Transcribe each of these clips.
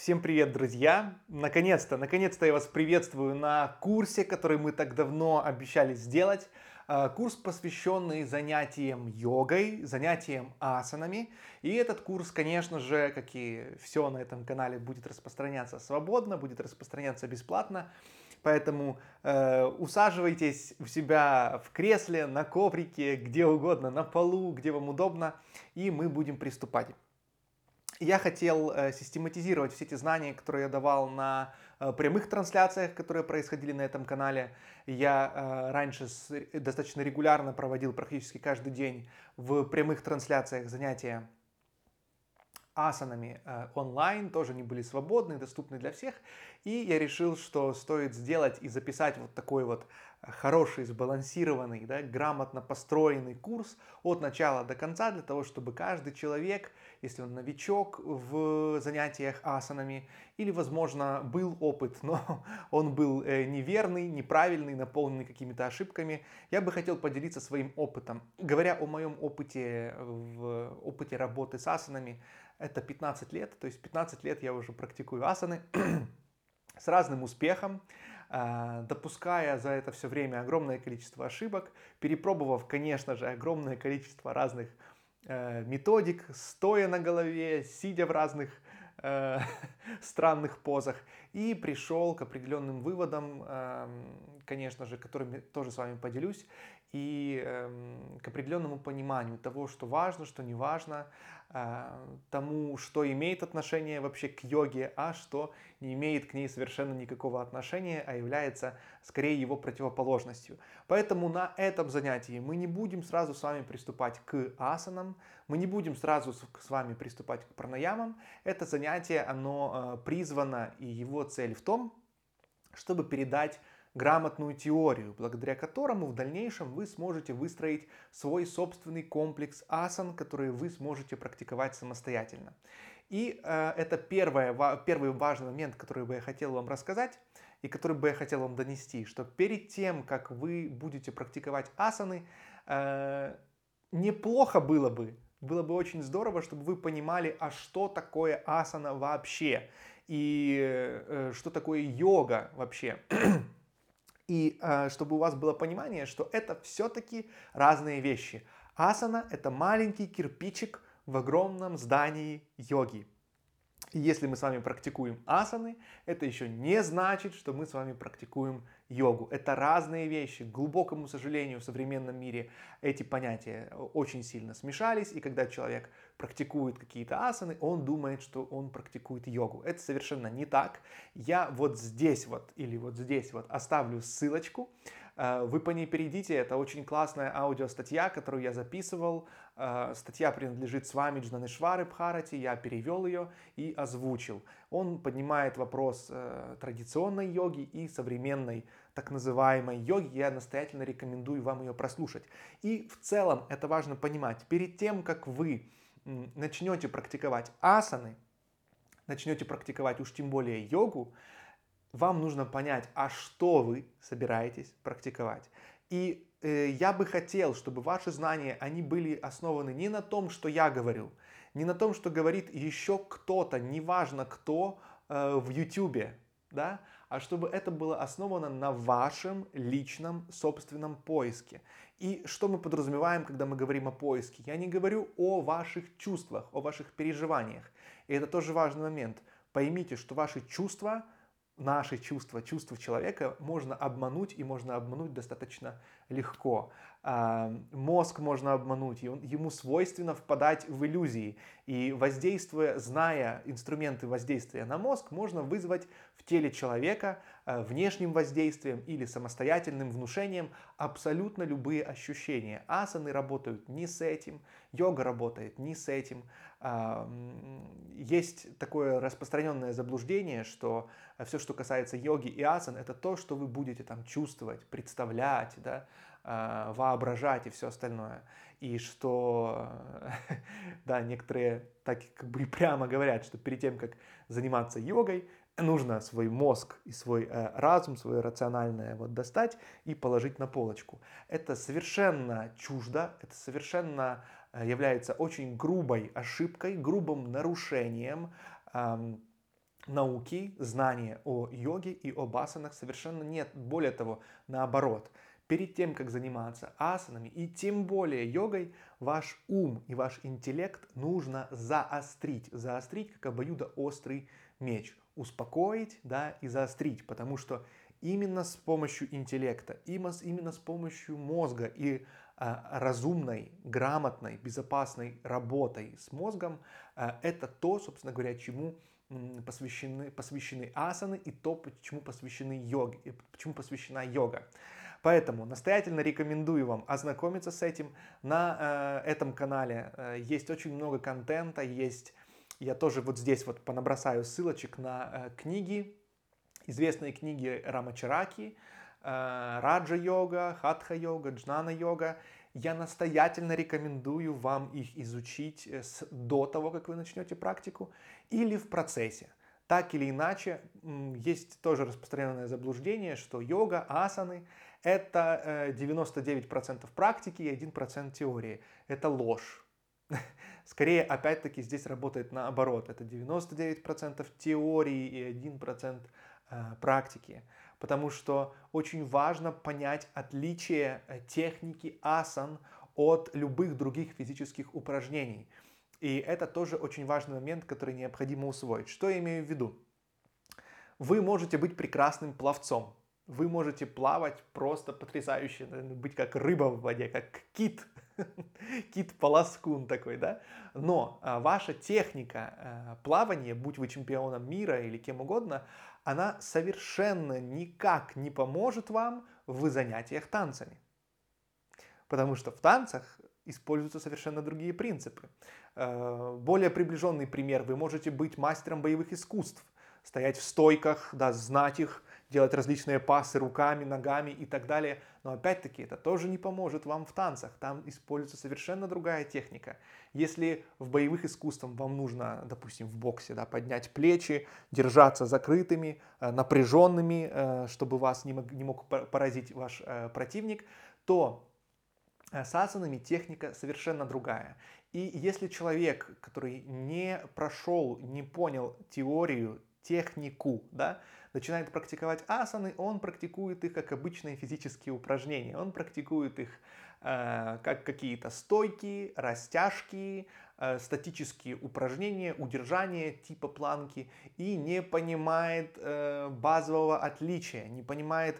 Всем привет, друзья! Наконец-то я вас приветствую на курсе, который мы так давно обещали сделать. Курс, посвященный занятиям йогой, занятиям асанами. И этот курс, конечно же, как и все на этом канале, будет распространяться свободно, будет распространяться бесплатно. Поэтому усаживайтесь у себя в кресле, на коврике, где угодно, на полу, где вам удобно, и мы будем приступать. Я хотел систематизировать все эти знания, которые я давал на прямых трансляциях, которые происходили на этом канале. Я раньше достаточно регулярно проводил практически каждый день в прямых трансляциях занятия асанами онлайн, тоже они были свободны, доступны для всех. И я решил, что стоит сделать и записать вот такой вот хороший, сбалансированный, да, грамотно построенный курс от начала до конца, для того, чтобы каждый человек, если он новичок в занятиях асанами, или, возможно, был опыт, но он был неверный, неправильный, наполненный какими-то ошибками, я бы хотел поделиться своим опытом. Говоря о моем опыте, в опыте работы с асанами, это 15 лет, то есть 15 лет я уже практикую асаны с разным успехом, допуская за это все время огромное количество ошибок, перепробовав, конечно же, огромное количество разных методик, стоя на голове, сидя в разных странных позах, и пришел к определенным выводам, конечно же, которыми тоже с вами поделюсь, и к определенному пониманию того, что важно, что не важно, тому, что имеет отношение вообще к йоге, а что не имеет к ней совершенно никакого отношения, а является скорее его противоположностью. Поэтому на этом занятии мы не будем сразу с вами приступать к асанам, мы не будем сразу с вами приступать к пранаямам. Это занятие, оно призвано, и его цель в том, чтобы передать грамотную теорию, благодаря которому в дальнейшем вы сможете выстроить свой собственный комплекс асан, который вы сможете практиковать самостоятельно. И это первый важный момент, который бы я хотел вам рассказать и который бы я хотел вам донести, что перед тем, как вы будете практиковать асаны, неплохо было бы очень здорово, чтобы вы понимали, а что такое асана вообще, и что такое йога вообще. И чтобы у вас было понимание, что это все-таки разные вещи. Асана — это маленький кирпичик в огромном здании йоги. И если мы с вами практикуем асаны, это еще не значит, что мы с вами практикуем йогу. Это разные вещи. К глубокому сожалению, в современном мире эти понятия очень сильно смешались, и когда человек практикует какие-то асаны, он думает, что он практикует йогу. Это совершенно не так. Я вот здесь вот или вот здесь вот оставлю ссылочку. Вы по ней перейдите, это очень классная аудиостатья, которую я записывал. Статья принадлежит Свами Джнанешвары Бхарати, я перевел ее и озвучил. Он поднимает вопрос традиционной йоги и современной так называемой йоги. Я настоятельно рекомендую вам ее прослушать. И в целом это важно понимать. Перед тем, как вы начнете практиковать асаны, начнете практиковать уж тем более йогу, вам нужно понять, а что вы собираетесь практиковать. И я бы хотел, чтобы ваши знания, они были основаны не на том, что я говорю, не на том, что говорит еще кто-то, неважно кто, в YouTube, да, а чтобы это было основано на вашем личном собственном поиске. И что мы подразумеваем, когда мы говорим о поиске? Я не говорю о ваших чувствах, о ваших переживаниях. И это тоже важный момент. Поймите, что ваши чувства, наши чувства, чувства человека можно обмануть, и можно обмануть достаточно легко. Мозг можно обмануть, и ему свойственно впадать в иллюзии. И воздействуя, зная инструменты воздействия на мозг, можно вызвать в теле человека внешним воздействием или самостоятельным внушением абсолютно любые ощущения. Асаны работают не с этим, йога работает не с этим. Есть такое распространенное заблуждение, что все, что касается йоги и асан, это то, что вы будете там чувствовать, представлять, да, воображать и все остальное. И что, да, некоторые так как бы прямо говорят, что перед тем, как заниматься йогой, нужно свой мозг и свой разум, свое рациональное вот достать и положить на полочку. Это совершенно чуждо, это совершенно является очень грубой ошибкой, грубым нарушением науки, знания о йоге и об асанах совершенно нет. Более того, наоборот, перед тем, как заниматься асанами и тем более йогой, ваш ум и ваш интеллект нужно заострить. Заострить, как обоюдоострый меч. Успокоить, да, и заострить, потому что именно с помощью интеллекта, именно с помощью мозга и разумной, грамотной, безопасной работой с мозгом, это то, собственно говоря, чему посвящены асаны и то, почему почему посвящена йога. Поэтому настоятельно рекомендую вам ознакомиться с этим. На этом канале есть очень много контента, я тоже вот здесь вот понабросаю ссылочек на книги, известные книги Рамачараки, Раджа-йога, Хатха-йога, Джнана-йога. Я настоятельно рекомендую вам их изучить до того, как вы начнете практику, или в процессе. Так или иначе, есть тоже распространенное заблуждение, что йога, асаны – это 99% практики и 1% теории. Это ложь. Скорее, опять-таки, здесь работает наоборот. Это 99% теории и 1% практики. Потому что очень важно понять отличие техники асан от любых других физических упражнений. И это тоже очень важный момент, который необходимо усвоить. Что я имею в виду? Вы можете быть прекрасным пловцом. Вы можете плавать просто потрясающе, быть как рыба в воде, как кит. Кит-полоскун такой, да? Но ваша техника плавания, будь вы чемпионом мира или кем угодно, она совершенно никак не поможет вам в занятиях танцами. Потому что в танцах используются совершенно другие принципы. Более приближенный пример. Вы можете быть мастером боевых искусств, стоять в стойках, да, знать их, делать различные пасы руками, ногами и так далее. Но опять-таки это тоже не поможет вам в танцах. Там используется совершенно другая техника. Если в боевых искусствах вам нужно, допустим, в боксе, да, поднять плечи, держаться закрытыми, напряженными, чтобы вас не мог поразить ваш противник, то с асанами техника совершенно другая. И если человек, который не прошел, не понял теорию, технику, да, начинает практиковать асаны, он практикует их как обычные физические упражнения. Он практикует их как какие-то стойки, растяжки, статические упражнения, удержания типа планки и не понимает базового отличия, не понимает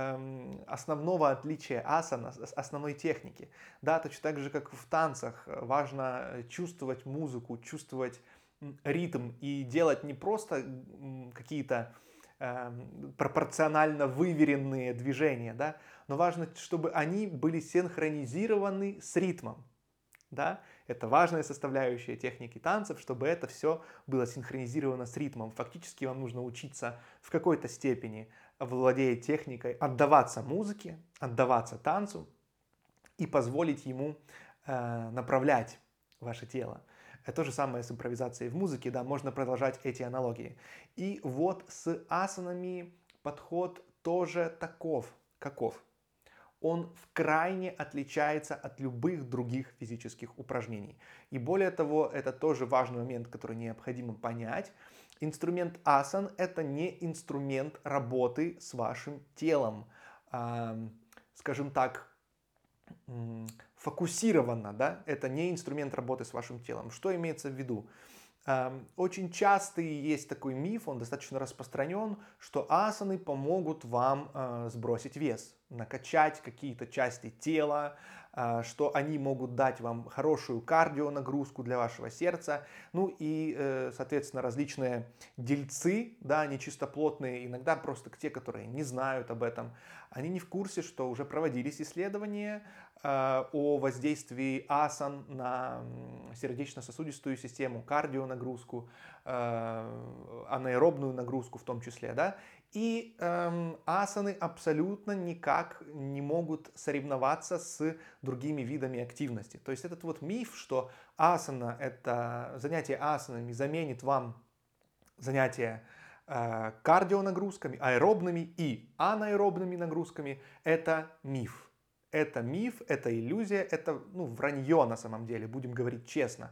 основного отличия асана, основной техники. Да, точно так же, как в танцах, важно чувствовать музыку, чувствовать ритм и делать не просто какие-то пропорционально выверенные движения, да, но важно, чтобы они были синхронизированы с ритмом. Да? Это важная составляющая техники танцев, чтобы это все было синхронизировано с ритмом. Фактически вам нужно учиться в какой-то степени, владея техникой, отдаваться музыке, отдаваться танцу и позволить ему направлять ваше тело. То же самое с импровизацией в музыке, да, можно продолжать эти аналогии. И вот с асанами подход тоже каков? Он крайне отличается от любых других физических упражнений. И более того, это тоже важный момент, который необходимо понять. Инструмент асан – это не инструмент работы с вашим телом. Скажем так, фокусированно, да, это не инструмент работы с вашим телом. Что имеется в виду? Очень часто есть такой миф, он достаточно распространен, что асаны помогут вам сбросить вес, накачать какие-то части тела, что они могут дать вам хорошую кардионагрузку для вашего сердца. Ну и, соответственно, различные дельцы, да, нечистоплотные, иногда просто те, которые не знают об этом, они не в курсе, что уже проводились исследования о воздействии асан на сердечно-сосудистую систему, кардионагрузку, анаэробную нагрузку в том числе, да, и асаны абсолютно никак не могут соревноваться с другими видами активности. То есть этот вот миф, что асана, это занятие асанами заменит вам занятия кардионагрузками, аэробными и анаэробными нагрузками, это миф. это миф, это иллюзия, это вранье на самом деле, будем говорить честно.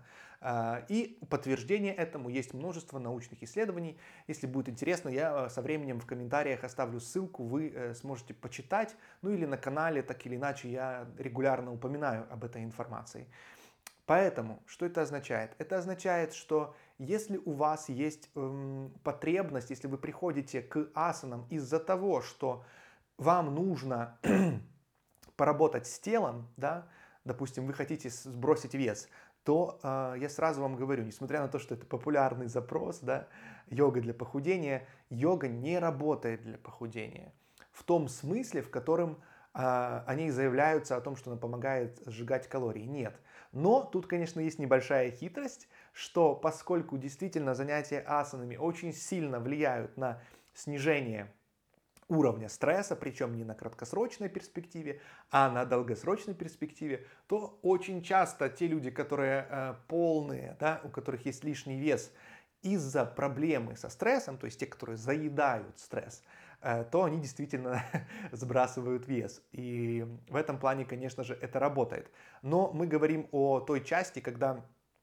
И подтверждение этому есть множество научных исследований. Если будет интересно, я со временем в комментариях оставлю ссылку, вы сможете почитать. Ну или на канале, так или иначе, я регулярно упоминаю об этой информации. Поэтому, что это означает? Это означает, что если у вас есть потребность, если вы приходите к асанам из-за того, что вам нужно поработать с телом, да, допустим, вы хотите сбросить вес, то я сразу вам говорю, несмотря на то, что это популярный запрос, да, йога для похудения, йога не работает для похудения. В том смысле, в котором они заявляются о том, что она помогает сжигать калории. Нет. Но тут, конечно, есть небольшая хитрость, что поскольку действительно занятия асанами очень сильно влияют на снижение уровня стресса, причем не на краткосрочной перспективе, а на долгосрочной перспективе, то очень часто те люди, которые полные, да, у которых есть лишний вес из-за проблемы со стрессом, то есть те, которые заедают стресс, то они действительно сбрасывают вес. И в этом плане, конечно же, это работает. Но мы говорим о той части, когда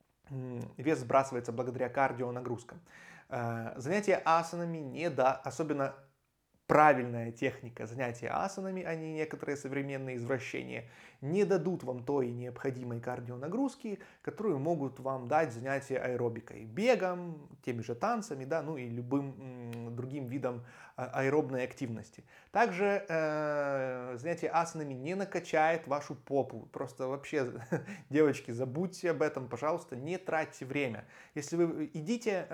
вес сбрасывается благодаря кардионагрузкам. Занятия асанами особенно правильная техника занятия асанами, а не некоторые современные извращения, не дадут вам той необходимой кардионагрузки, которую могут вам дать занятия аэробикой, бегом, теми же танцами, да, ну и любым другим видом аэробной активности. Также занятие асанами не накачает вашу попу. Просто вообще, девочки, забудьте об этом, пожалуйста, не тратьте время. Если вы идите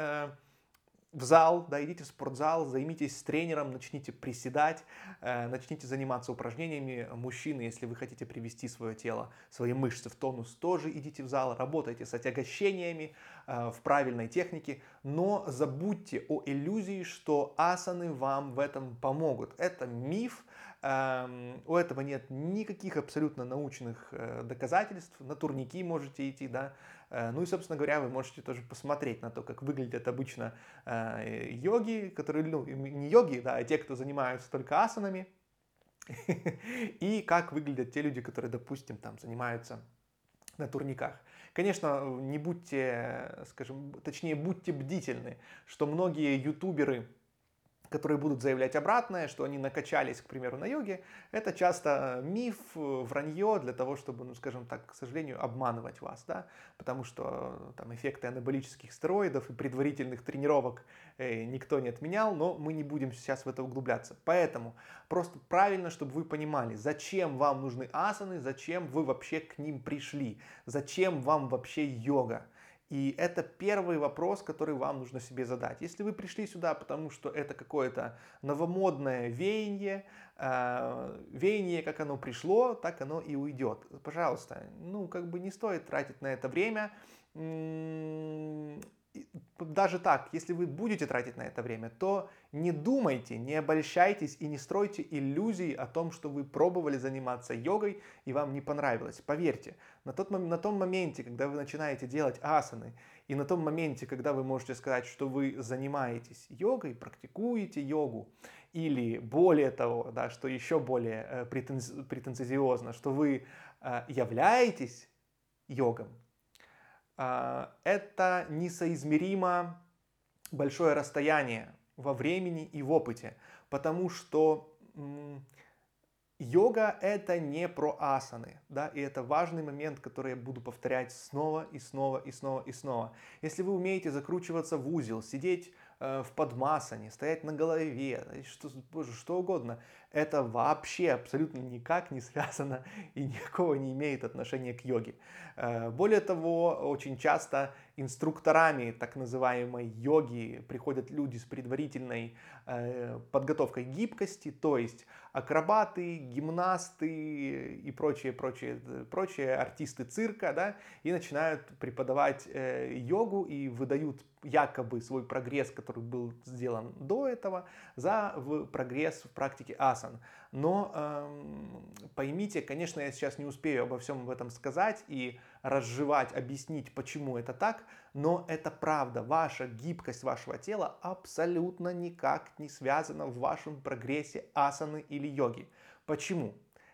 в зал, да, идите в спортзал, займитесь с тренером, начните приседать, начните заниматься упражнениями. Мужчины, если вы хотите привести свое тело, свои мышцы в тонус, тоже идите в зал, работайте с отягощениями в правильной технике, но забудьте о иллюзии, что асаны вам в этом помогут. Это миф, у этого нет никаких абсолютно научных доказательств, на турники можете идти, да, ну и, собственно говоря, вы можете тоже посмотреть на то, как выглядят обычно йоги, которые, не йоги, да, а те, кто занимаются только асанами, и как выглядят те люди, которые, допустим, там занимаются на турниках. Конечно, не будьте, скажем, точнее, будьте бдительны, что многие ютуберы, которые будут заявлять обратное, что они накачались, к примеру, на йоге, это часто миф, вранье для того, чтобы, ну, скажем так, к сожалению, обманывать вас, да, потому что там эффекты анаболических стероидов и предварительных тренировок никто не отменял, но мы не будем сейчас в это углубляться. Поэтому просто правильно, чтобы вы понимали, зачем вам нужны асаны, зачем вы вообще к ним пришли, зачем вам вообще йога. И это первый вопрос, который вам нужно себе задать. Если вы пришли сюда, потому что это какое-то новомодное веяние, веяние, как оно пришло, так оно и уйдет. Пожалуйста, ну, как бы не стоит тратить на это время. Даже так, если вы будете тратить на это время, то не думайте, не обольщайтесь и не стройте иллюзий о том, что вы пробовали заниматься йогой и вам не понравилось. Поверьте, на том моменте, когда вы начинаете делать асаны, и на том моменте, когда вы можете сказать, что вы занимаетесь йогой, практикуете йогу, или более того, да, что еще более претенциозно, что вы являетесь йогом, это несоизмеримо большое расстояние во времени и в опыте, потому что йога это не про асаны, да, и это важный момент, который я буду повторять снова и снова и снова и снова. Если вы умеете закручиваться в узел, сидеть в падмасане, стоять на голове, что угодно, это вообще абсолютно никак не связано и никакого не имеет отношения к йоге. Более того, очень часто инструкторами так называемой йоги приходят люди с предварительной подготовкой гибкости, то есть акробаты, гимнасты и прочие артисты цирка, да, и начинают преподавать йогу и выдают якобы свой прогресс, который был сделан до этого, за прогресс в практике асан. Но поймите, конечно, я сейчас не успею обо всем об этом сказать и разжевать, объяснить, почему это так, но это правда. Ваша гибкость вашего тела абсолютно никак не связана в вашем прогрессе асаны или йоги. Почему?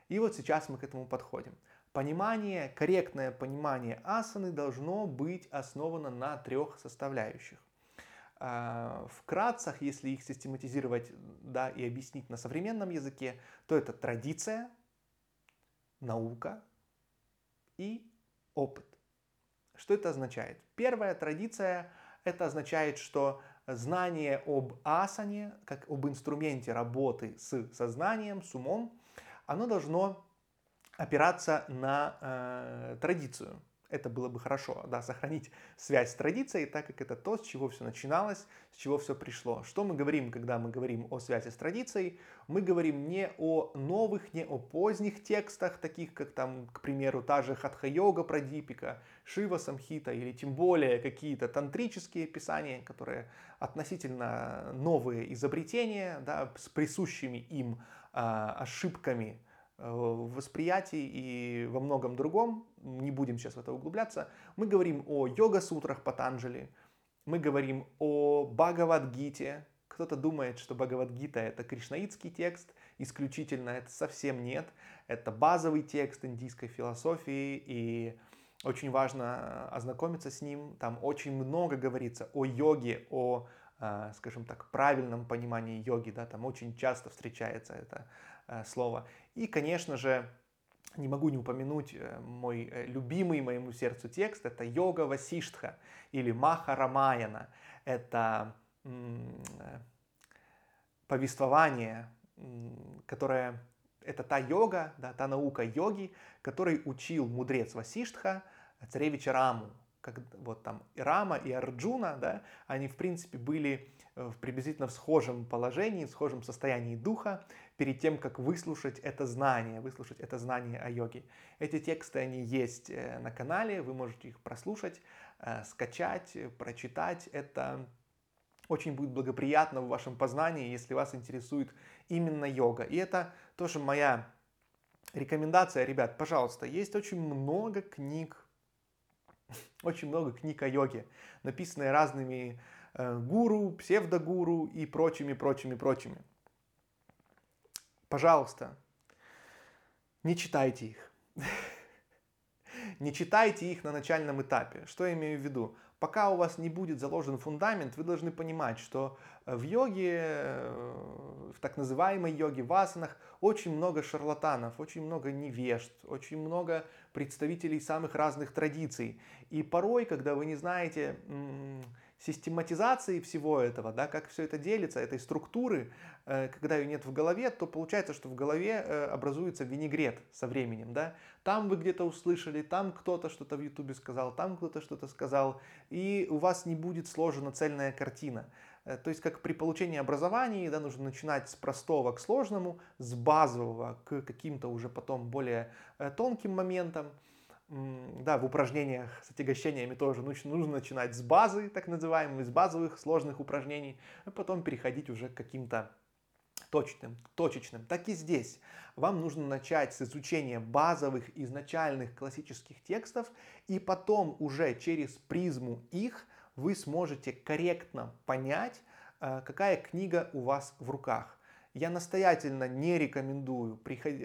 И вот сейчас мы к этому подходим. Понимание, корректное понимание асаны должно быть основано на 3 составляющих. Вкратце, если их систематизировать, да, и объяснить на современном языке, то это традиция, наука и опыт. Что это означает? Первая традиция, это означает, что знание об асане, как об инструменте работы с сознанием, с умом, оно должно опираться на традицию. Это было бы хорошо, да, сохранить связь с традицией, так как это то, с чего все начиналось, с чего все пришло. Что мы говорим, когда мы говорим о связи с традицией? Мы говорим не о новых, не о поздних текстах, таких как там, к примеру, та же Хатха-йога Прадипика, Шива Самхита, или тем более какие-то тантрические писания, которые относительно новые изобретения, да, с присущими им ошибками в восприятии и во многом другом, не будем сейчас в это углубляться. Мы говорим о йога-сутрах Патанджали, мы говорим о Бхагавад-гите. Кто-то думает, что Бхагавад-гита это кришнаитский текст, исключительно это совсем нет. Это базовый текст индийской философии, и очень важно ознакомиться с ним. Там очень много говорится о йоге, о, скажем так, правильном понимании йоги, да, там очень часто встречается это слово. И, конечно же, не могу не упомянуть мой любимый моему сердцу текст, это Йога Васиштха или Маха Рамаяна. Это повествование, которое, это та йога, да, та наука йоги, которой учил мудрец Васиштха царевича Раму. Как, вот там и Рама, и Арджуна, да, они, в принципе, были приблизительно в схожем положении, в схожем состоянии духа, перед тем, как выслушать это знание о йоге. Эти тексты, они есть на канале, вы можете их прослушать, скачать, прочитать. Это очень будет благоприятно в вашем познании, если вас интересует именно йога. И это тоже моя рекомендация, ребят, пожалуйста, есть очень много книг о йоге, написанные разными гуру, псевдогуру и прочими. Пожалуйста, не читайте их. Не читайте их на начальном этапе. Что я имею в виду? Пока у вас не будет заложен фундамент, вы должны понимать, что в йоге, в так называемой йоге, в асанах, очень много шарлатанов, очень много невежд, очень много представителей самых разных традиций. И порой, когда вы не знаете систематизации всего этого, да, как все это делится, этой структуры, когда ее нет в голове, то получается, что в голове образуется винегрет со временем. Да? Там вы где-то услышали, там кто-то что-то в Ютубе сказал, там кто-то что-то сказал, и у вас не будет сложена цельная картина. То есть, как при получении образования, да, нужно начинать с простого к сложному, с базового к каким-то уже потом более тонким моментам. Да, в упражнениях с отягощениями тоже нужно начинать с базы, так называемой, с базовых сложных упражнений, а потом переходить уже к каким-то точечным. Так и здесь. Вам нужно начать с изучения базовых изначальных классических текстов, и потом уже через призму их вы сможете корректно понять, какая книга у вас в руках. Я настоятельно не рекомендую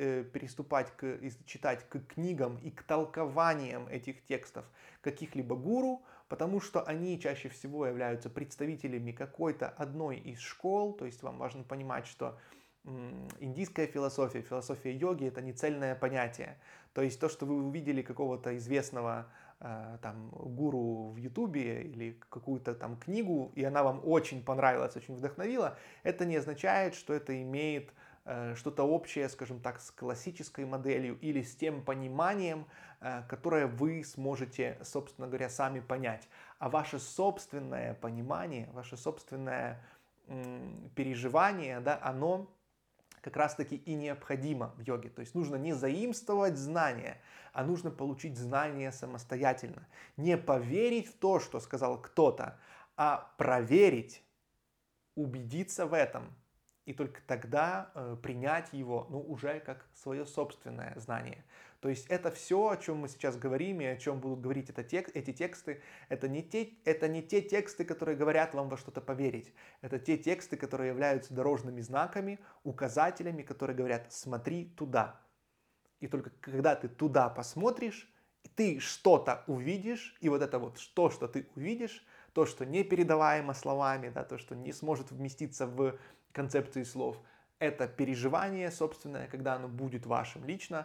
читать к книгам и к толкованиям этих текстов каких-либо гуру, потому что они чаще всего являются представителями какой-то одной из школ, то есть вам важно понимать, что индийская философия, философия йоги — это не цельное понятие. То есть то, что вы увидели какого-то известного там гуру в Ютубе или какую-то там книгу, и она вам очень понравилась, очень вдохновила, это не означает, что это имеет что-то общее, скажем так, с классической моделью или с тем пониманием, которое вы сможете, собственно говоря, сами понять. А ваше собственное понимание, ваше собственное переживание, да, оно как раз-таки и необходимо в йоге. То есть нужно не заимствовать знания, а нужно получить знания самостоятельно. Не поверить в то, что сказал кто-то, а проверить, убедиться в этом. И только тогда принять его, уже как свое собственное знание. То есть это все, о чем мы сейчас говорим и о чем будут говорить эти тексты, это не те тексты, которые говорят вам во что-то поверить. Это те тексты, которые являются дорожными знаками, указателями, которые говорят: смотри туда. И только когда ты туда посмотришь, ты что-то увидишь, и вот это вот то, что ты увидишь, то, что непередаваемо словами, да, то, что не сможет вместиться в концепции слов, это переживание собственное, когда оно будет вашим лично,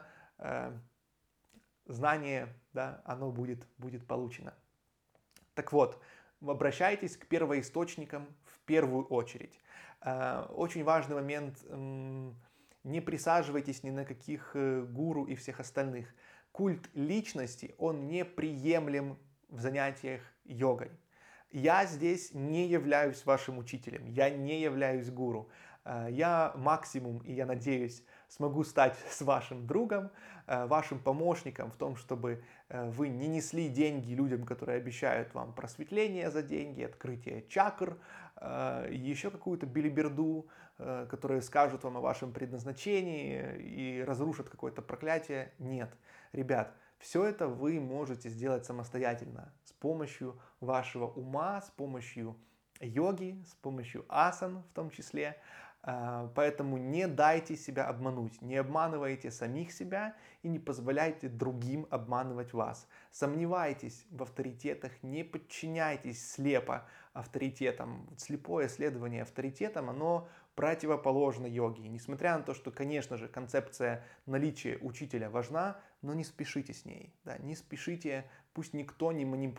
знание, да, оно будет получено. Так вот, обращайтесь к первоисточникам в первую очередь. Очень важный момент, не присаживайтесь ни на каких гуру и всех остальных. Культ личности, он неприемлем в занятиях йогой. Я здесь не являюсь вашим учителем, я не являюсь гуру. Я максимум, и я надеюсь, смогу стать с вашим другом, вашим помощником в том, чтобы вы не несли деньги людям, которые обещают вам просветление за деньги, открытие чакр, еще какую-то билиберду, которые скажут вам о вашем предназначении и разрушат какое-то проклятие. Нет, ребят, все это вы можете сделать самостоятельно с помощью вашего ума, с помощью йоги, с помощью асан в том числе. Поэтому не дайте себя обмануть, не обманывайте самих себя и не позволяйте другим обманывать вас. Сомневайтесь в авторитетах, не подчиняйтесь слепо авторитетам. Слепое следование авторитетам, оно противоположно йоге. И несмотря на то, что, конечно же, концепция наличия учителя важна, но не спешите с ней. Да, не спешите, пусть никто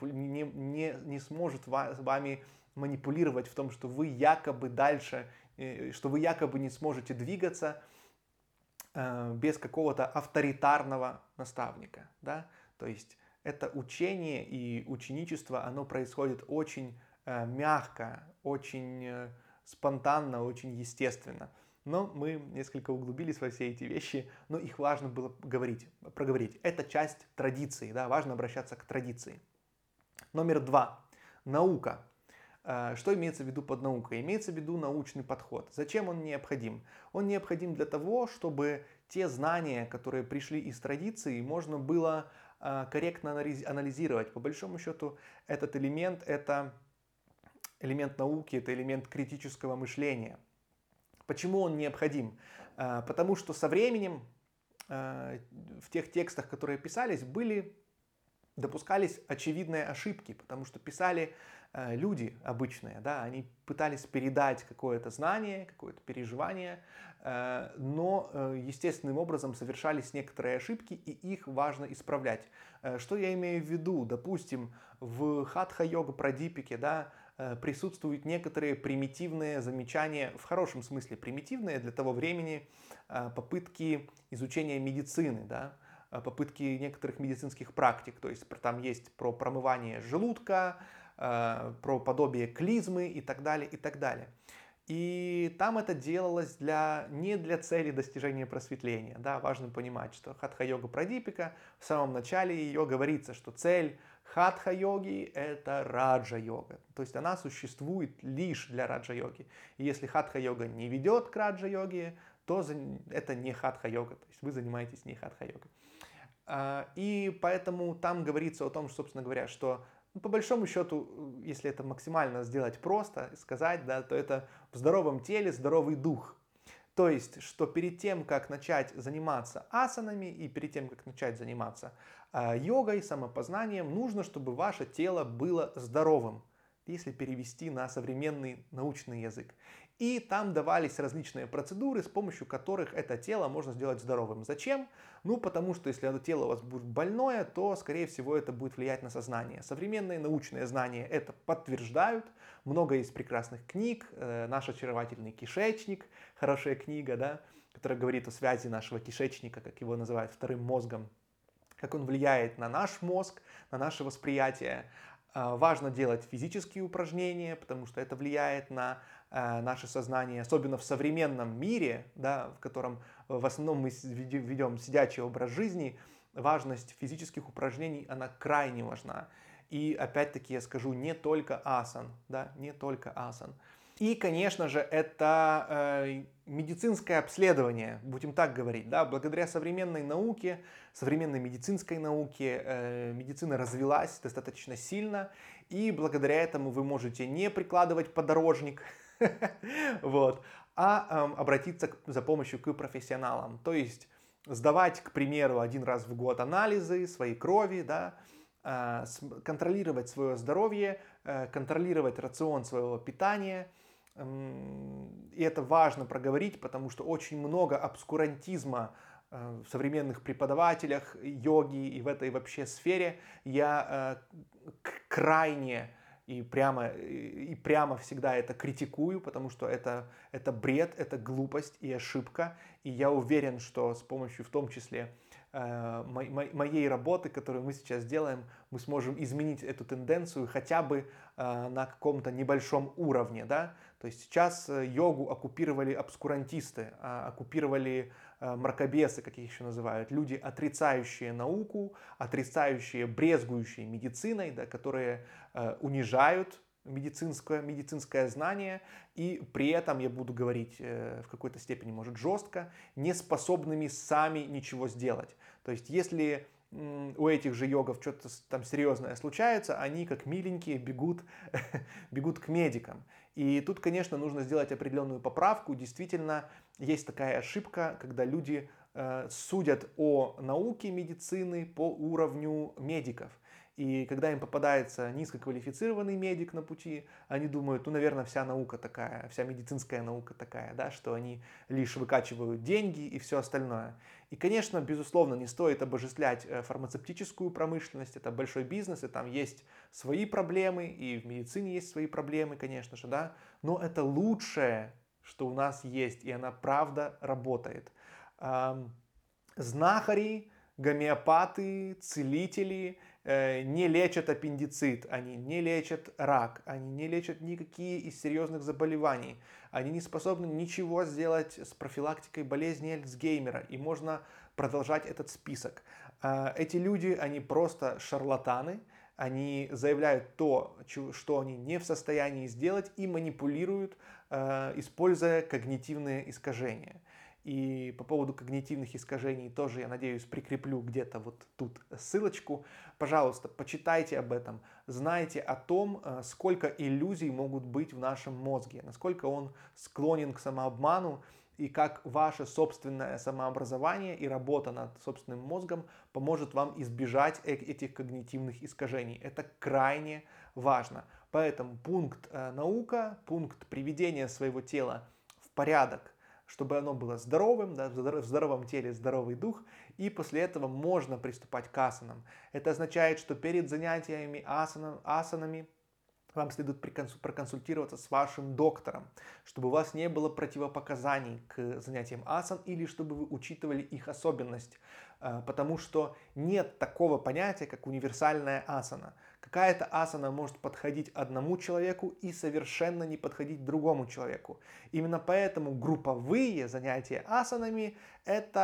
не сможет с вами манипулировать в том, что вы якобы дальше, что вы якобы не сможете двигаться без какого-то авторитарного наставника. Да? То есть это учение и ученичество, оно происходит очень мягко, очень спонтанно, очень естественно. Но мы несколько углубились во все эти вещи, но их важно было проговорить. Это часть традиции, да? Важно обращаться к традиции. Номер 2. Наука. Что имеется в виду под наукой? Имеется в виду научный подход. Зачем он необходим? Он необходим для того, чтобы те знания, которые пришли из традиции, можно было корректно анализировать. По большому счету, этот элемент – это элемент науки, это элемент критического мышления. Почему он необходим? Потому что со временем в тех текстах, которые писались, допускались очевидные ошибки, потому что писали люди обычные, да, они пытались передать какое-то знание, какое-то переживание, но естественным образом совершались некоторые ошибки, и их важно исправлять. Что я имею в виду? Допустим, в хатха-йога Прадипике, да, присутствуют некоторые примитивные замечания, в хорошем смысле примитивные для того времени, попытки изучения медицины, да, попытки некоторых медицинских практик, то есть там есть про промывание желудка, про подобие клизмы и так далее, и так далее. И там это делалось не для цели достижения просветления. Да? Важно понимать, что хатха-йога Прадипика, в самом начале ее говорится, что цель хатха-йоги – это раджа-йога. То есть она существует лишь для раджа-йоги. И если хатха-йога не ведет к раджа-йоге, то это не хатха-йога. То есть вы занимаетесь не хатха-йогой. И поэтому там говорится о том, собственно говоря, что по большому счету, если это максимально сделать просто, сказать, да, то это в здоровом теле здоровый дух. То есть, что перед тем, как начать заниматься асанами и перед тем, как начать заниматься йогой, самопознанием, нужно, чтобы ваше тело было здоровым, если перевести на современный научный язык. И там давались различные процедуры, с помощью которых это тело можно сделать здоровым. Зачем? Ну, потому что если это тело у вас будет больное, то, скорее всего, это будет влиять на сознание. Современные научные знания это подтверждают. Много есть прекрасных книг. «Наш очаровательный кишечник», хорошая книга, да, которая говорит о связи нашего кишечника, как его называют, вторым мозгом, как он влияет на наш мозг, на наше восприятие. Важно делать физические упражнения, потому что это влияет на наше сознание, особенно в современном мире, да, в котором в основном мы ведем сидячий образ жизни. Важность физических упражнений, она крайне важна. И опять-таки я скажу, не только асан, да, не только асан. И, конечно же, это медицинское обследование, будем так говорить. Да? Благодаря современной науке, современной медицинской науке, медицина развилась достаточно сильно, и благодаря этому вы можете не прикладывать подорожник, вот, а обратиться за помощью к профессионалам. То есть сдавать, к примеру, один раз в год анализы своей крови, да, контролировать свое здоровье, контролировать рацион своего питания. И это важно проговорить, потому что очень много обскурантизма в современных преподавателях йоги и в этой вообще сфере. Я крайне и прямо всегда это критикую, потому что это бред, это глупость и ошибка. И я уверен, что с помощью в том числе моей работы, которую мы сейчас делаем, мы сможем изменить эту тенденцию хотя бы на каком-то небольшом уровне. Да? То есть сейчас йогу оккупировали обскурантисты, оккупировали мракобесы, как их еще называют, люди, отрицающие науку, отрицающие, брезгующие медициной, да, которые унижают медицинское знание и при этом, я буду говорить в какой-то степени, может, жестко, не способными сами ничего сделать. То есть если у этих же йогов что-то там серьезное случается, они как миленькие бегут к медикам. И тут, конечно, нужно сделать определенную поправку. Действительно, есть такая ошибка, когда люди судят о науке медицины по уровню медиков. И когда им попадается низкоквалифицированный медик на пути, они думают, ну, наверное, вся наука такая, вся медицинская наука такая, да, что они лишь выкачивают деньги и все остальное. И, конечно, безусловно, не стоит обожествлять фармацевтическую промышленность, это большой бизнес, и там есть свои проблемы, и в медицине есть свои проблемы, конечно же, да, но это лучшее, что у нас есть, и она правда работает. Знахари, гомеопаты, целители не лечат аппендицит, они не лечат рак, они не лечат никакие из серьезных заболеваний. Они не способны ничего сделать с профилактикой болезни Альцгеймера, и можно продолжать этот список. Эти люди, они просто шарлатаны, они заявляют то, что они не в состоянии сделать, и манипулируют, используя когнитивные искажения. И по поводу когнитивных искажений тоже, я надеюсь, прикреплю где-то вот тут ссылочку. Пожалуйста, почитайте об этом, знайте о том, сколько иллюзий могут быть в нашем мозге, насколько он склонен к самообману, и как ваше собственное самообразование и работа над собственным мозгом поможет вам избежать этих когнитивных искажений. Это крайне важно. Поэтому пункт наука, пункт приведения своего тела в порядок, чтобы оно было здоровым, да, в здоровом теле здоровый дух, и после этого можно приступать к асанам. Это означает, что перед занятиями асанами вам следует проконсультироваться с вашим доктором, чтобы у вас не было противопоказаний к занятиям асан или чтобы вы учитывали их особенность, потому что нет такого понятия, как универсальная асана. Какая-то асана может подходить одному человеку и совершенно не подходить другому человеку. Именно поэтому групповые занятия асанами –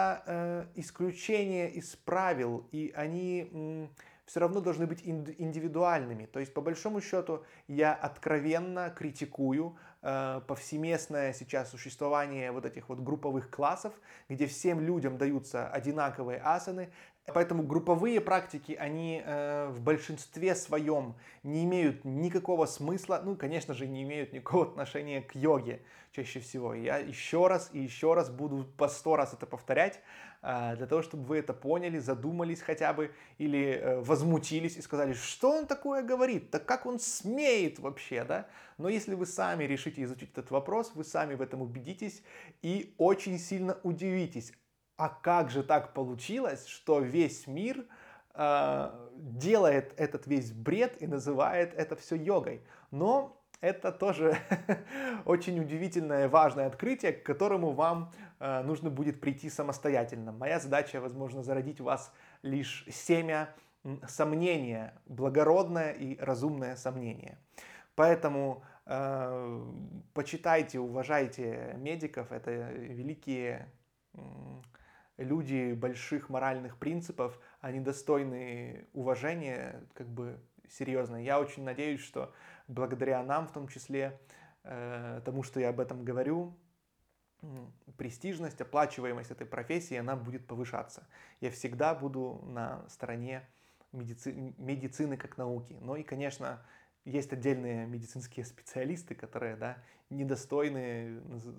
это исключение из правил, и они все равно должны быть индивидуальными. То есть, по большому счету, я откровенно критикую повсеместное сейчас существование вот этих вот групповых классов, где всем людям даются одинаковые асаны. Поэтому групповые практики, они в большинстве своем не имеют никакого смысла, ну, конечно же, не имеют никакого отношения к йоге чаще всего. Я еще раз и еще раз буду по 100 раз это повторять, для того, чтобы вы это поняли, задумались хотя бы, или возмутились и сказали, что он такое говорит, так как он смеет вообще, да? Но если вы сами решите изучить этот вопрос, вы сами в этом убедитесь и очень сильно удивитесь. А как же так получилось, что весь мир делает этот весь бред и называет это все йогой? Но это тоже очень удивительное, важное открытие, к которому вам нужно будет прийти самостоятельно. Моя задача, возможно, зародить у вас лишь семя сомнения, благородное и разумное сомнение. Поэтому почитайте, уважайте медиков, это великие люди больших моральных принципов, они достойны уважения, как бы серьезно. Я очень надеюсь, что благодаря нам, в том числе, тому, что я об этом говорю, престижность, оплачиваемость этой профессии, она будет повышаться. Я всегда буду на стороне медицины как науки. Ну и, конечно, есть отдельные медицинские специалисты, которые, да, недостойны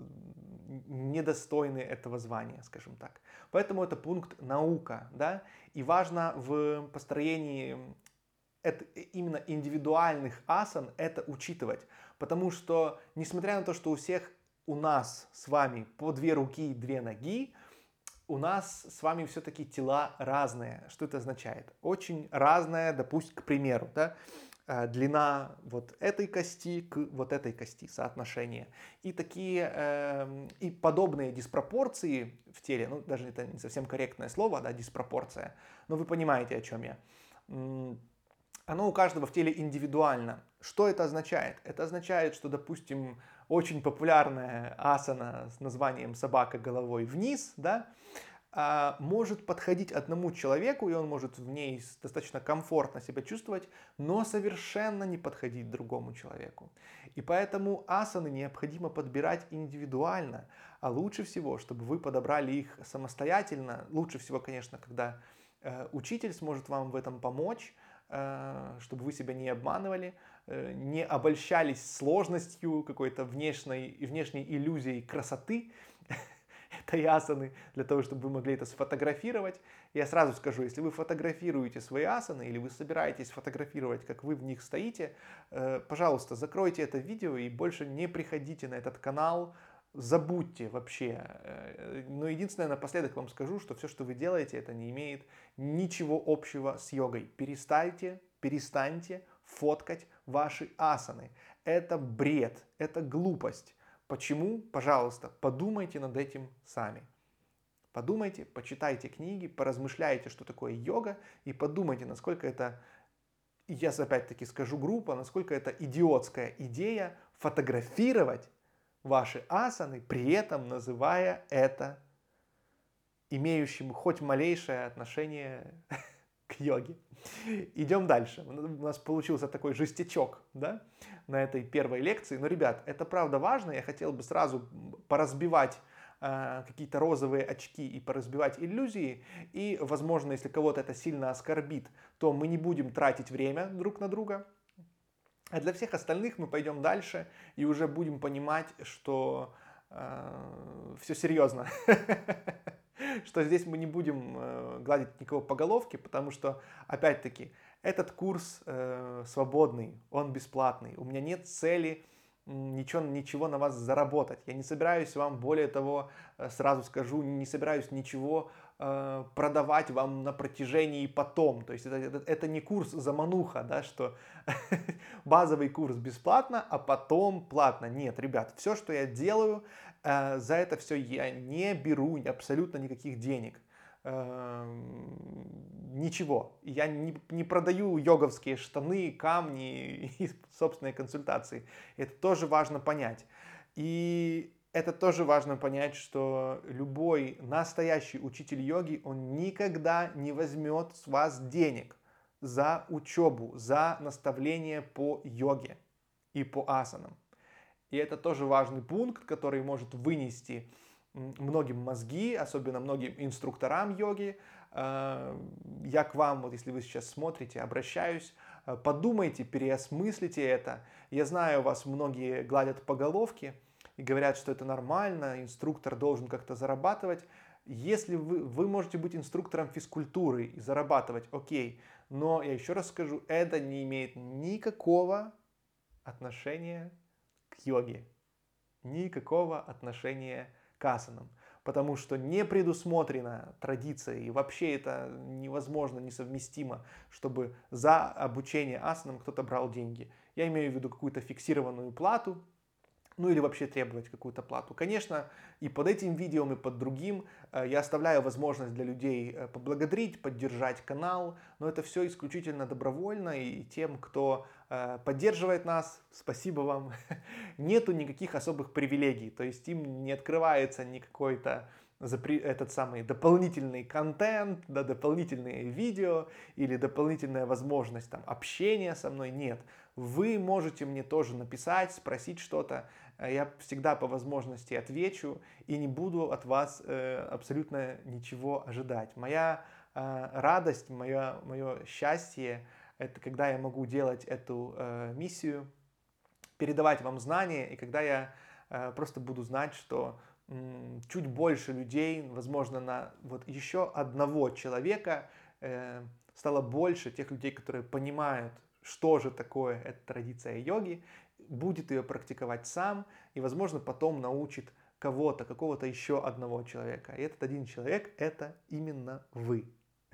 этого звания, скажем так. Поэтому это пункт наука, да, и важно в построении именно индивидуальных асан это учитывать, потому что, несмотря на то, что у нас с вами по 2 руки и 2 ноги, у нас с вами все-таки тела разные. Что это означает? Очень разная, допустим, к примеру, да, длина вот этой кости к вот этой кости, соотношение. И и подобные диспропорции в теле, ну даже это не совсем корректное слово, да, диспропорция, но вы понимаете, о чем я. Оно у каждого в теле индивидуально. Что это означает? Это означает, что, допустим, очень популярная асана с названием «собака головой вниз», да, может подходить одному человеку, и он может в ней достаточно комфортно себя чувствовать, но совершенно не подходить другому человеку. И поэтому асаны необходимо подбирать индивидуально, а лучше всего, чтобы вы подобрали их самостоятельно. Лучше всего, конечно, когда учитель сможет вам в этом помочь, чтобы вы себя не обманывали, не обольщались сложностью какой-то внешней иллюзией красоты этой асаны, для того, чтобы вы могли это сфотографировать. Я сразу скажу, если вы фотографируете свои асаны или вы собираетесь фотографировать, как вы в них стоите, пожалуйста, закройте это видео и больше не приходите на этот канал, забудьте вообще. Но единственное, напоследок вам скажу, что все, что вы делаете, это не имеет ничего общего с йогой. Перестаньте фоткать ваши асаны. Это бред, это глупость. Почему? Пожалуйста, подумайте над этим сами. Подумайте, почитайте книги, поразмышляйте, что такое йога, и подумайте, насколько это, я опять-таки скажу грубо, насколько это идиотская идея фотографировать ваши асаны, при этом называя это имеющим хоть малейшее отношение к йоге. Идем дальше. У нас получился такой жестячок, да, на этой первой лекции. Но, ребят, это правда важно. Я хотел бы сразу поразбивать какие-то розовые очки и поразбивать иллюзии. И, возможно, если кого-то это сильно оскорбит, то мы не будем тратить время друг на друга. А для всех остальных мы пойдем дальше и уже будем понимать, что все серьезно. Что здесь мы не будем гладить никого по головке, потому что, опять-таки, этот курс свободный, он бесплатный. У меня нет цели ничего на вас заработать. Я не собираюсь вам, более того, сразу скажу, не собираюсь ничего продавать вам на протяжении потом. То есть это не курс замануха, да, что базовый курс бесплатно, а потом платно. Нет, ребят, все, что я делаю, за это все я не беру абсолютно никаких денег. Ничего. Я не продаю йоговские штаны, камни и собственные консультации. Это тоже важно понять. И это тоже важно понять, что любой настоящий учитель йоги, он никогда не возьмет с вас денег за учебу, за наставление по йоге и по асанам. И это тоже важный пункт, который может вынести многим мозги, особенно многим инструкторам йоги. Я к вам, вот если вы сейчас смотрите, обращаюсь, подумайте, переосмыслите это. Я знаю, вас многие гладят по головке и говорят, что это нормально, инструктор должен как-то зарабатывать. Если вы можете быть инструктором физкультуры и зарабатывать, окей, но я еще раз скажу, это не имеет никакого отношения к йоге, никакого отношения к асанам, потому что не предусмотрена традиция, и вообще это невозможно, несовместимо, чтобы за обучение асанам кто-то брал деньги. Я имею в виду какую-то фиксированную плату, ну или вообще требовать какую-то плату. Конечно, и под этим видео, и под другим я оставляю возможность для людей поблагодарить, поддержать канал, но это все исключительно добровольно, и тем, кто поддерживает нас, спасибо вам, нету никаких особых привилегий, то есть им не открывается никакой-то этот самый дополнительный контент, да, дополнительные видео или дополнительная возможность там, общения со мной, нет. Вы можете мне тоже написать, спросить что-то, я всегда по возможности отвечу и не буду от вас абсолютно ничего ожидать. Моя радость, мое счастье это когда я могу делать эту миссию, передавать вам знания, и когда я просто буду знать, что чуть больше людей, возможно, на вот еще одного человека стало больше тех людей, которые понимают, что же такое эта традиция йоги, будет ее практиковать сам и, возможно, потом научит кого-то, какого-то еще одного человека. И этот один человек – это именно вы.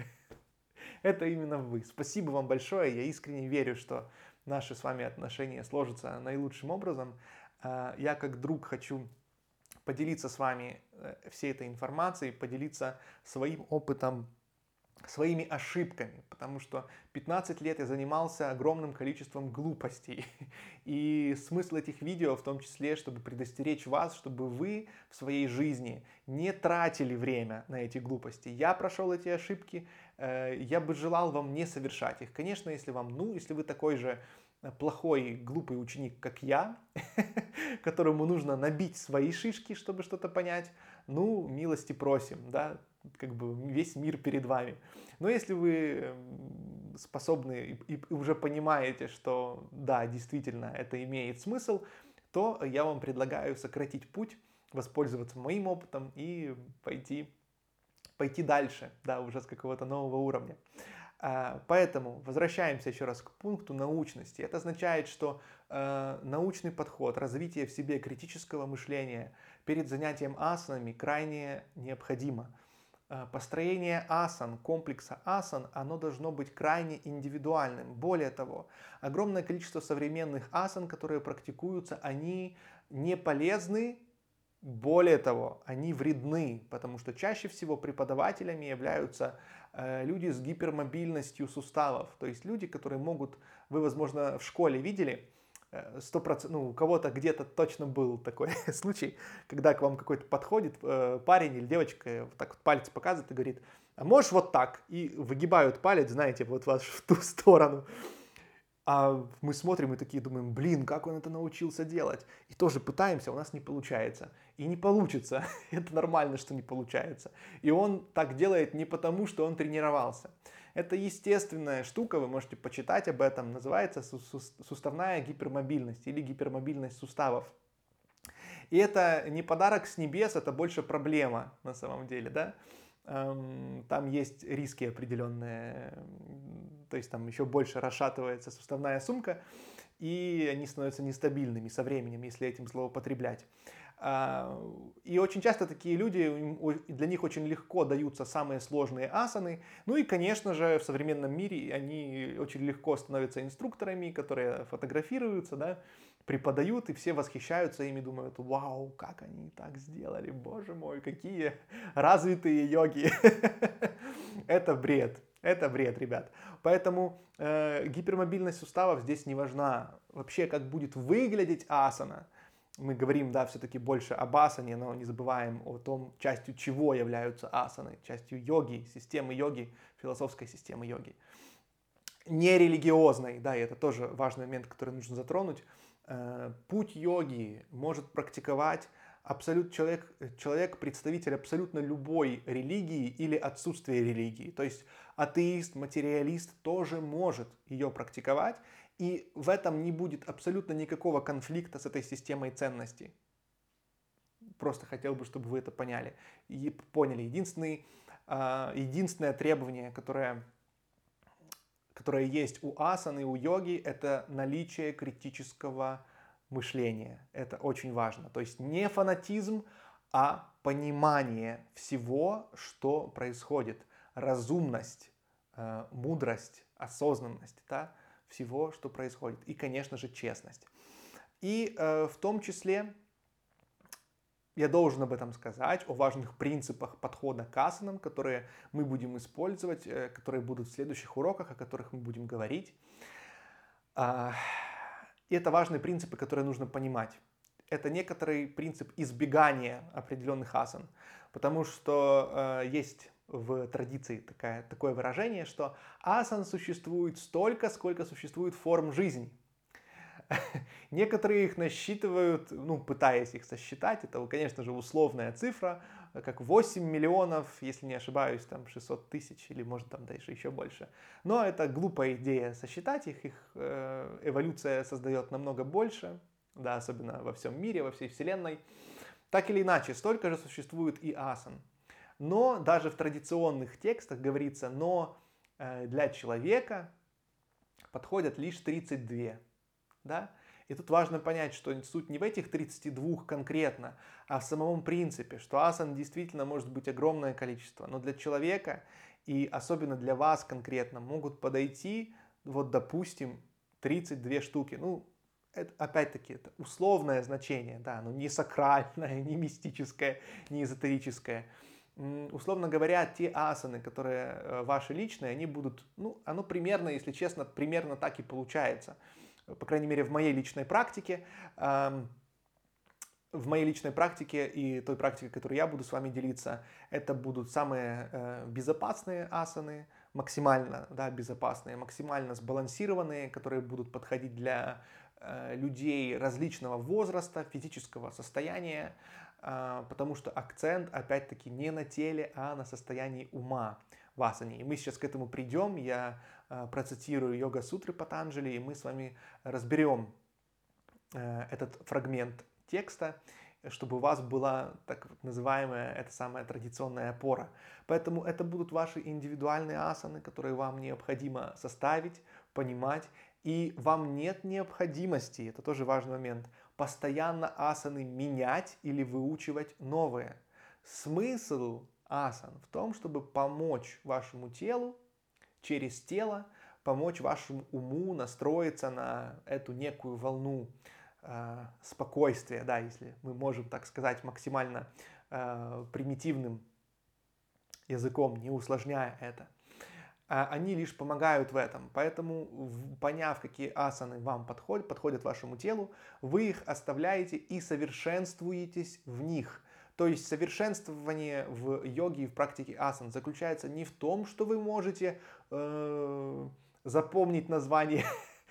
Это именно вы. Спасибо вам большое. Я искренне верю, что наши с вами отношения сложатся наилучшим образом. Я как друг хочу поделиться с вами всей этой информацией, поделиться своим опытом, своими ошибками, потому что 15 лет я занимался огромным количеством глупостей. И смысл этих видео в том числе, чтобы предостеречь вас, чтобы вы в своей жизни не тратили время на эти глупости. Я прошел эти ошибки, я бы желал вам не совершать их. Конечно, если вы такой же плохой, глупый ученик, как я, которому нужно набить свои шишки, чтобы что-то понять, милости просим, да, как бы весь мир перед вами. Но если вы способны и уже понимаете, что да, действительно это имеет смысл, то я вам предлагаю сократить путь, воспользоваться моим опытом и пойти дальше, да, уже с какого-то нового уровня. Поэтому возвращаемся еще раз к пункту научности. Это означает, что научный подход, развитие в себе критического мышления перед занятием асанами крайне необходимо. Построение асан, комплекса асан, оно должно быть крайне индивидуальным. Более того, огромное количество современных асан, которые практикуются, они не полезны. Более того, они вредны, потому что чаще всего преподавателями являются люди с гипермобильностью суставов. То есть люди, которые могут, вы, возможно, в школе видели, 100%, у кого-то где-то точно был такой случай, когда к вам какой-то подходит парень или девочка, вот так вот палец показывает и говорит, а можешь вот так? И выгибают палец, знаете, вот вас в ту сторону. А мы смотрим и такие думаем, блин, как он это научился делать? И тоже пытаемся, у нас не получается. И не получится. Это нормально, что не получается. И он так делает не потому, что он тренировался. Это естественная штука, вы можете почитать об этом, называется суставная гипермобильность или гипермобильность суставов. И это не подарок с небес, это больше проблема на самом деле, да? Там есть риски определенные, то есть там еще больше расшатывается суставная сумка, и они становятся нестабильными со временем, если этим злоупотреблять. И очень часто такие люди, для них очень легко даются самые сложные асаны. Ну и, конечно же, в современном мире они очень легко становятся инструкторами, которые фотографируются, да, преподают, и все восхищаются ими, думают, вау, как они так сделали, боже мой, какие развитые йоги. Это бред, ребят. Поэтому гипермобильность суставов здесь не важна. Вообще, как будет выглядеть асана. Мы говорим, да, все-таки больше об асане, но не забываем о том, частью чего являются асаны, частью йоги, системы йоги, философской системы йоги. Нерелигиозной, да, и это тоже важный момент, который нужно затронуть. Путь йоги может практиковать человек, представитель абсолютно любой религии или отсутствия религии. То есть атеист, материалист тоже может ее практиковать, и в этом не будет абсолютно никакого конфликта с этой системой ценностей. Просто хотел бы, чтобы вы это поняли. И поняли. Единственное требование, которое есть у асаны, у йоги, это наличие критического мышления. Это очень важно. То есть не фанатизм, а понимание всего, что происходит. Разумность, мудрость, осознанность, да, всего, что происходит. И, конечно же, честность. И в том числе я должен об этом сказать, о важных принципах подхода к асанам, которые мы будем использовать, которые будут в следующих уроках, о которых мы будем говорить. И это важные принципы, которые нужно понимать. Это некоторый принцип избегания определенных асан, потому что есть в традиции такое выражение, что асан существует столько, сколько существует форм жизни. Некоторые их насчитывают, ну, пытаясь их сосчитать, это, конечно же, условная цифра, как 8 миллионов, если не ошибаюсь, там 600 тысяч или может там даже еще больше. Но это глупая идея сосчитать их эволюция создает намного больше, да, особенно во всем мире, во всей вселенной. Так или иначе, столько же существует и асан. Но даже в традиционных текстах говорится, но для человека подходят лишь 32. Да? И тут важно понять, что суть не в этих 32 конкретно, а в самом принципе, что асан действительно может быть огромное количество, но для человека и особенно для вас конкретно могут подойти, вот допустим, 32 штуки. Ну, это, опять-таки, это условное значение, да, но не сакральное, не мистическое, не эзотерическое. Условно говоря, те асаны, которые ваши личные, они будут, ну, оно примерно, если честно, примерно так и получается. По крайней мере, в моей личной практике. В моей личной практике и той практике, которой я буду с вами делиться, это будут самые безопасные асаны, максимально, да, безопасные, максимально сбалансированные, которые будут подходить для людей различного возраста, физического состояния, потому что акцент, опять-таки, не на теле, а на состоянии ума в асане. И мы сейчас к этому придем, я процитирую йога-сутры Патанджали, и мы с вами разберем этот фрагмент текста, чтобы у вас была так называемая, эта самая традиционная опора. Поэтому это будут ваши индивидуальные асаны, которые вам необходимо составить, понимать, и вам нет необходимости, это тоже важный момент, постоянно асаны менять или выучивать новые. Смысл асан в том, чтобы помочь вашему телу через тело, помочь вашему уму настроиться на эту некую волну спокойствия, да, если мы можем так сказать максимально примитивным языком, не усложняя это. Они лишь помогают в этом. Поэтому, поняв, какие асаны вам подходят вашему телу, вы их оставляете и совершенствуетесь в них. То есть совершенствование в йоге и в практике асан заключается не в том, что вы можете запомнить название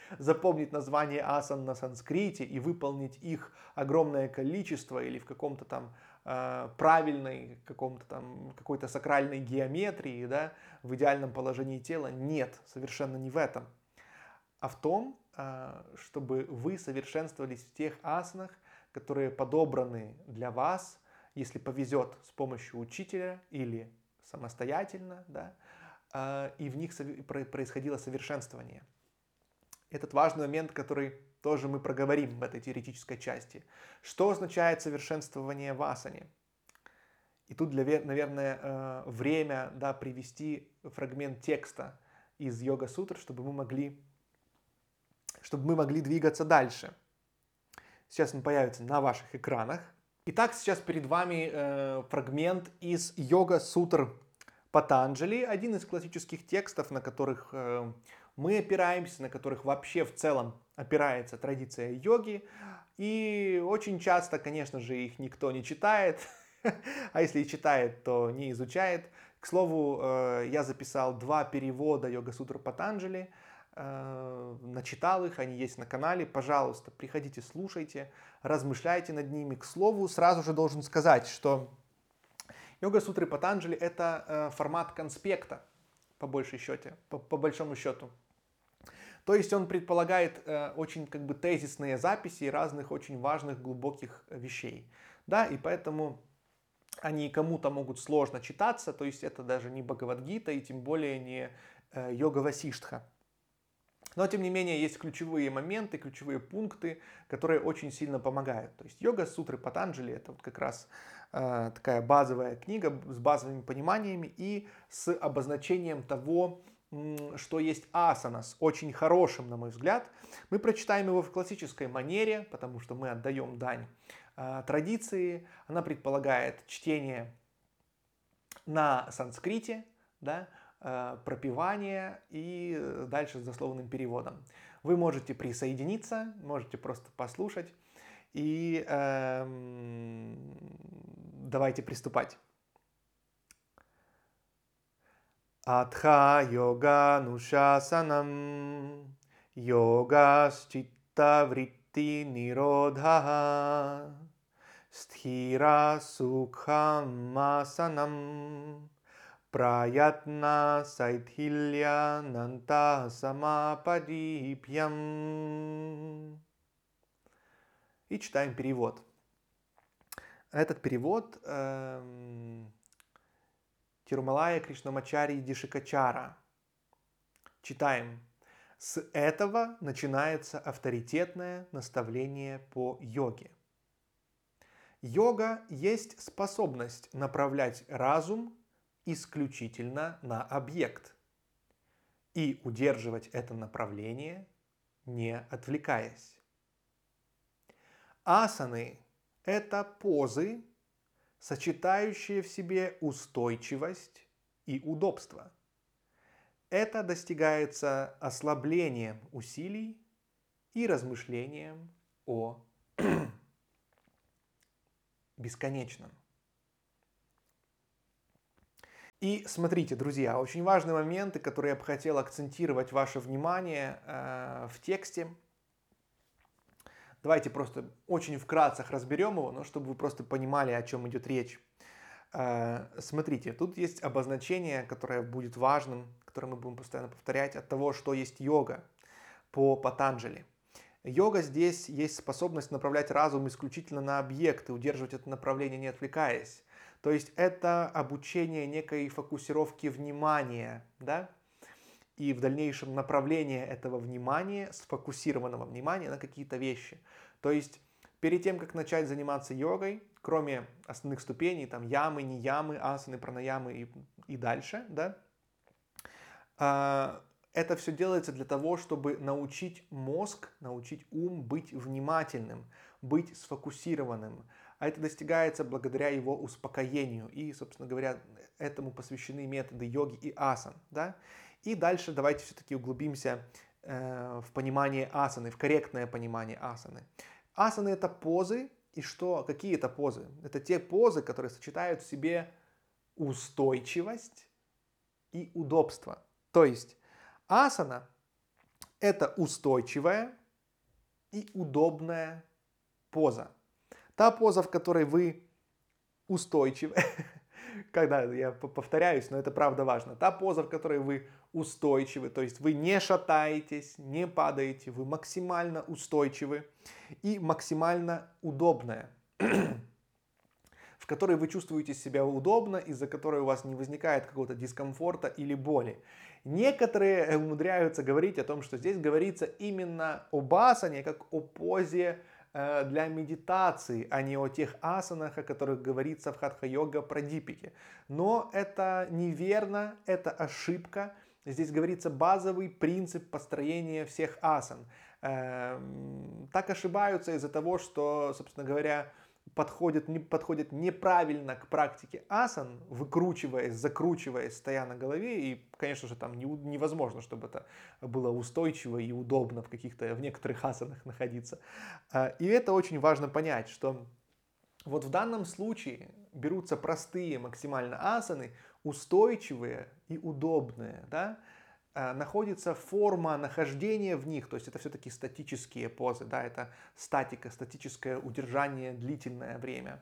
асан на санскрите и выполнить их огромное количество или в каком-то там правильной, какой-то сакральной геометрии, да, в идеальном положении тела. Нет, совершенно не в этом. А в том, чтобы вы совершенствовались в тех асанах, которые подобраны для вас, если повезет, с помощью учителя или самостоятельно, да, и в них происходило совершенствование. Этот важный момент, который тоже мы проговорим в этой теоретической части. Что означает совершенствование в асане? И тут, наверное, время, да, привести фрагмент текста из йога-сутр, чтобы мы могли двигаться дальше. Сейчас он появится на ваших экранах. Итак, сейчас перед вами фрагмент из йога-сутр Патанджали, один из классических текстов, на которых мы опираемся, на которых вообще в целом опирается традиция йоги. И очень часто, конечно же, их никто не читает, а если и читает, то не изучает. К слову, я записал 2 перевода йога-сутр Патанджали, начитал их, они есть на канале. Пожалуйста, приходите, слушайте, размышляйте над ними. К слову, сразу же должен сказать, что йога-сутры Патанджали – это формат конспекта, по большому счету. То есть он предполагает очень тезисные записи разных очень важных, глубоких вещей. Да, и поэтому они кому-то могут сложно читаться, то есть это даже не Бхагавад-гита и тем более не йога-васиштха. Но, тем не менее, есть ключевые моменты, ключевые пункты, которые очень сильно помогают. То есть йога-сутры Патанджали – это вот как раз такая базовая книга с базовыми пониманиями и с обозначением того, что есть асана, с очень хорошим, на мой взгляд. Мы прочитаем его в классической манере, потому что мы отдаем дань традиции. Она предполагает чтение на санскрите, да, пропевание и дальше с дословным переводом. Вы можете присоединиться, можете просто послушать и давайте приступать. Атха йога нушасанам йога считта chitta vritti nirodhaha sthira sukham asanam prayatna saithilya nanta samapadipyam. И читаем перевод. Этот перевод Тирумалая Кришнамачарьи Дишикачара. Читаем. С этого начинается авторитетное наставление по йоге. Йога есть способность направлять разум исключительно на объект и удерживать это направление, не отвлекаясь. Асаны – это позы, сочетающие в себе устойчивость и удобство. Это достигается ослаблением усилий и размышлением о бесконечном. И смотрите, друзья, очень важные моменты, которые я бы хотел акцентировать ваше внимание в тексте. Давайте просто очень вкратце разберем его, но чтобы вы просто понимали, о чем идет речь. Смотрите, тут есть обозначение, которое будет важным, которое мы будем постоянно повторять, от того, что есть йога по Патанджали. Йога здесь есть способность направлять разум исключительно на объект и удерживать это направление, не отвлекаясь. То есть это обучение некой фокусировки внимания, да? И в дальнейшем направление этого внимания, сфокусированного внимания на какие-то вещи. То есть перед тем, как начать заниматься йогой, кроме основных ступеней, там ямы, ниямы, асаны, пранаямы и дальше, да, это все делается для того, чтобы научить мозг, научить ум быть внимательным, быть сфокусированным. А это достигается благодаря его успокоению. И, собственно говоря, этому посвящены методы йоги и асан. Да? И дальше давайте все-таки углубимся в понимание асаны, в корректное понимание асаны. Асаны – это позы. И что? Какие это позы? Это те позы, которые сочетают в себе устойчивость и удобство. То есть асана – это устойчивая и удобная поза. Та поза, в которой вы устойчивы, когда я повторяюсь, но это правда важно, та поза, в которой вы устойчивы, то есть вы не шатаетесь, не падаете, вы максимально устойчивы и максимально удобная, в которой вы чувствуете себя удобно, из-за которой у вас не возникает какого-то дискомфорта или боли. Некоторые умудряются говорить о том, что здесь говорится именно об асане, как о позе для медитации, а не о тех асанах, о которых говорится в хатха-йога Прадипике. Но это неверно, это ошибка. Здесь говорится базовый принцип построения всех асан. Так ошибаются из-за того, что, собственно говоря, подходят неправильно к практике асан, выкручиваясь, закручиваясь, стоя на голове, и, конечно же, там невозможно, чтобы это было устойчиво и удобно в некоторых асанах находиться. И это очень важно понять, что вот в данном случае берутся простые максимально асаны, устойчивые и удобные, да, находится форма нахождения в них, то есть это все-таки статические позы, да, это статика, статическое удержание длительное время.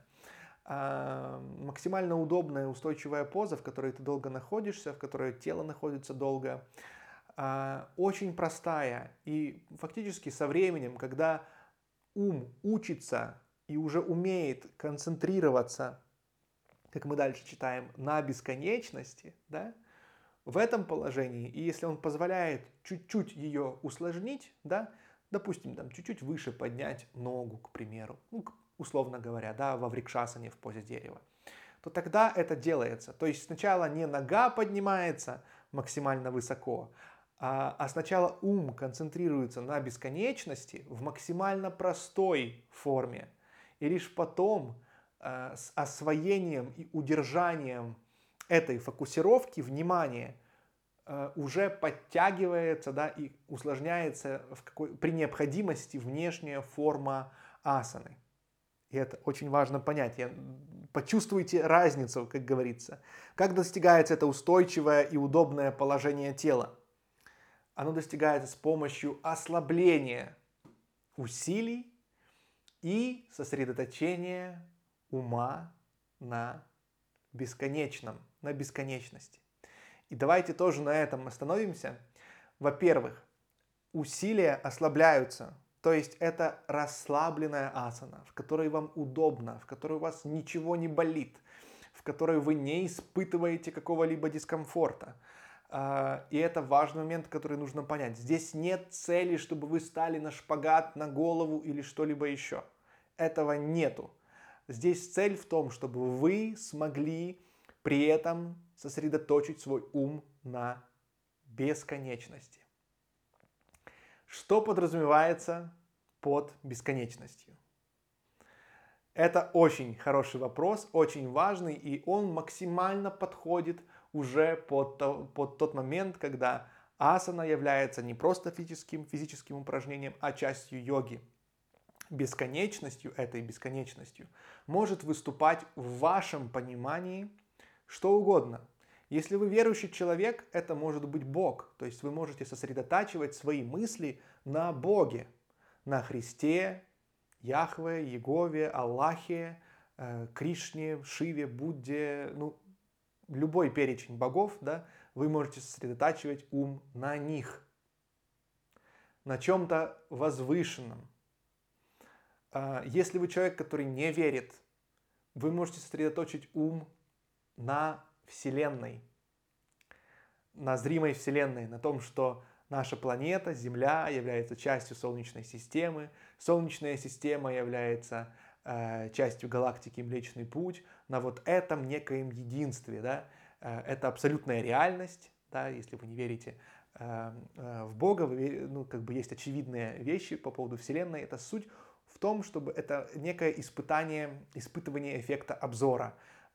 Максимально удобная устойчивая поза, в которой ты долго находишься, в которой тело находится долго, очень простая. И фактически со временем, когда ум учится и уже умеет концентрироваться, как мы дальше читаем, на бесконечности, да, в этом положении, и если он позволяет чуть-чуть ее усложнить, да, допустим, там, чуть-чуть выше поднять ногу, к примеру, условно говоря, да, во врикшасане в позе дерева, то тогда это делается. То есть сначала не нога поднимается максимально высоко, а сначала ум концентрируется на бесконечности в максимально простой форме. И лишь потом с освоением и удержанием этой фокусировки внимания уже подтягивается, да, и усложняется при необходимости внешняя форма асаны. И это очень важно понять. Почувствуйте разницу, как говорится. Как достигается это устойчивое и удобное положение тела? Оно достигается с помощью ослабления усилий и сосредоточения ума на бесконечном, на бесконечности. И давайте тоже на этом остановимся. Во-первых, усилия ослабляются, то есть это расслабленная асана, в которой вам удобно, в которой у вас ничего не болит, в которой вы не испытываете какого-либо дискомфорта. И это важный момент, который нужно понять. Здесь нет цели, чтобы вы стали на шпагат, на голову или что-либо еще. Этого нету. Здесь цель в том, чтобы вы смогли при этом сосредоточить свой ум на бесконечности. Что подразумевается под бесконечностью? Это очень хороший вопрос, очень важный, и он максимально подходит уже под тот момент, когда асана является не просто физическим упражнением, а частью йоги. Бесконечностью, этой бесконечностью, может выступать в вашем понимании что угодно. Если вы верующий человек, это может быть Бог. То есть вы можете сосредотачивать свои мысли на Боге, на Христе, Яхве, Иегове, Аллахе, Кришне, Шиве, Будде, любой перечень богов, да, вы можете сосредотачивать ум на них, на чем-то возвышенном. Если вы человек, который не верит, вы можете сосредоточить ум на Вселенной, на зримой Вселенной, на том, что наша планета, Земля, является частью Солнечной системы, Солнечная система является частью галактики Млечный Путь, на вот этом некоем единстве. Да? Это абсолютная реальность, да? Если вы не верите в Бога, есть очевидные вещи по поводу Вселенной. Это суть в том, чтобы это некое испытывание эффекта обзора.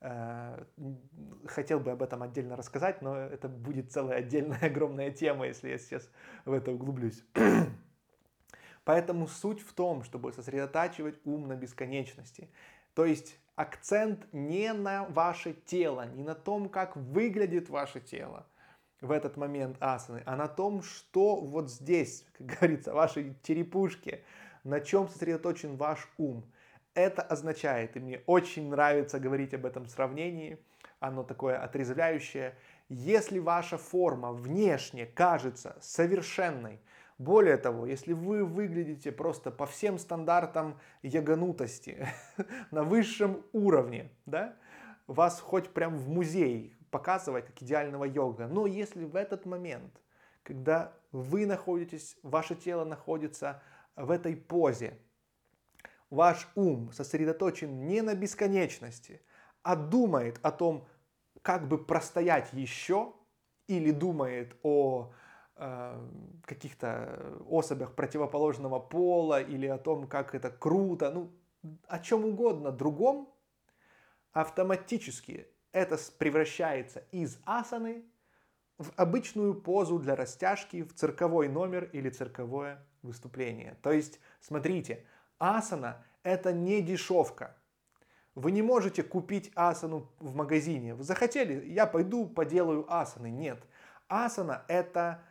Хотел бы об этом отдельно рассказать, но это будет целая отдельная огромная тема, если я сейчас в это углублюсь. Поэтому суть в том, чтобы сосредотачивать ум на бесконечности. То есть акцент не на ваше тело, не на том, как выглядит ваше тело в этот момент асаны, а на том, что вот здесь, как говорится, в вашей черепушке, на чем сосредоточен ваш ум. Это означает, и мне очень нравится говорить об этом сравнении, оно такое отрезвляющее, если ваша форма внешне кажется совершенной, более того, если вы выглядите просто по всем стандартам яганутости, на высшем уровне, да, вас хоть прям в музей показывать как идеального йога, но если в этот момент, когда вы находитесь, ваше тело находится в этой позе, ваш ум сосредоточен не на бесконечности, а думает о том, как бы простоять еще, или думает о каких-то особях противоположного пола, или о том, как это круто, о чем угодно другом, автоматически это превращается из асаны в обычную позу для растяжки, в цирковой номер или цирковое выступление. То есть, смотрите, асана – это не дешевка. Вы не можете купить асану в магазине. Вы захотели, я пойду поделаю асаны. Нет. Асана – это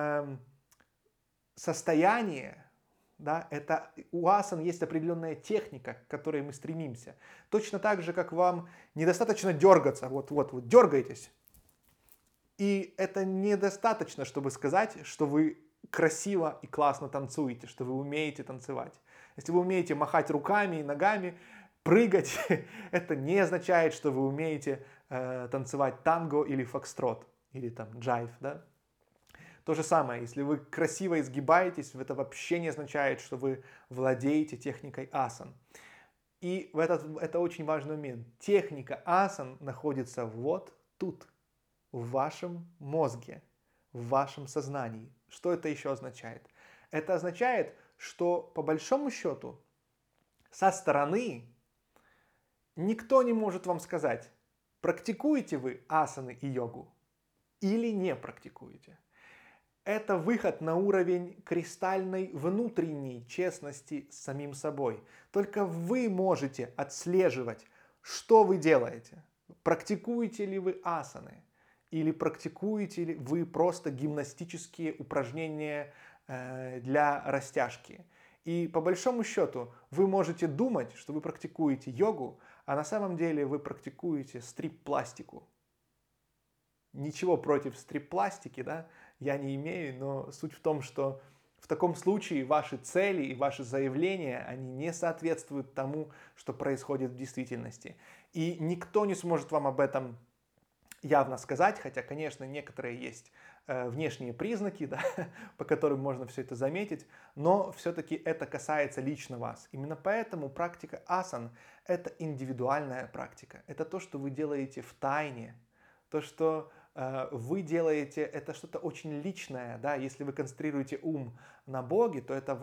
состояние, да, это у асан есть определенная техника, к которой мы стремимся. Точно так же, как вам недостаточно дергаться. Вот дергаетесь. И это недостаточно, чтобы сказать, что вы красиво и классно танцуете, что вы умеете танцевать. Если вы умеете махать руками и ногами, прыгать, это не означает, что вы умеете танцевать танго или фокстрот, или там джайв, да? То же самое, если вы красиво изгибаетесь, это вообще не означает, что вы владеете техникой асан. И это очень важный момент. Техника асан находится вот тут, в вашем мозге, в вашем сознании. Что это еще означает? Это означает, что по большому счету со стороны никто не может вам сказать, практикуете вы асаны и йогу или не практикуете. Это выход на уровень кристальной внутренней честности с самим собой. Только вы можете отслеживать, что вы делаете. Практикуете ли вы асаны? Или практикуете ли вы просто гимнастические упражнения для растяжки? И по большому счету вы можете думать, что вы практикуете йогу, а на самом деле вы практикуете стрип-пластику. Ничего против стрип-пластики, да, я не имею, но суть в том, что в таком случае ваши цели и ваши заявления, они не соответствуют тому, что происходит в действительности. И никто не сможет вам об этом явно сказать, хотя, конечно, некоторые есть внешние признаки, да, по которым можно все это заметить, но все-таки это касается лично вас. Именно поэтому практика асан– это индивидуальная практика. Это то, что вы делаете в тайне, то, что вы делаете, это что-то очень личное. Да? Если вы концентрируете ум на Боге, то это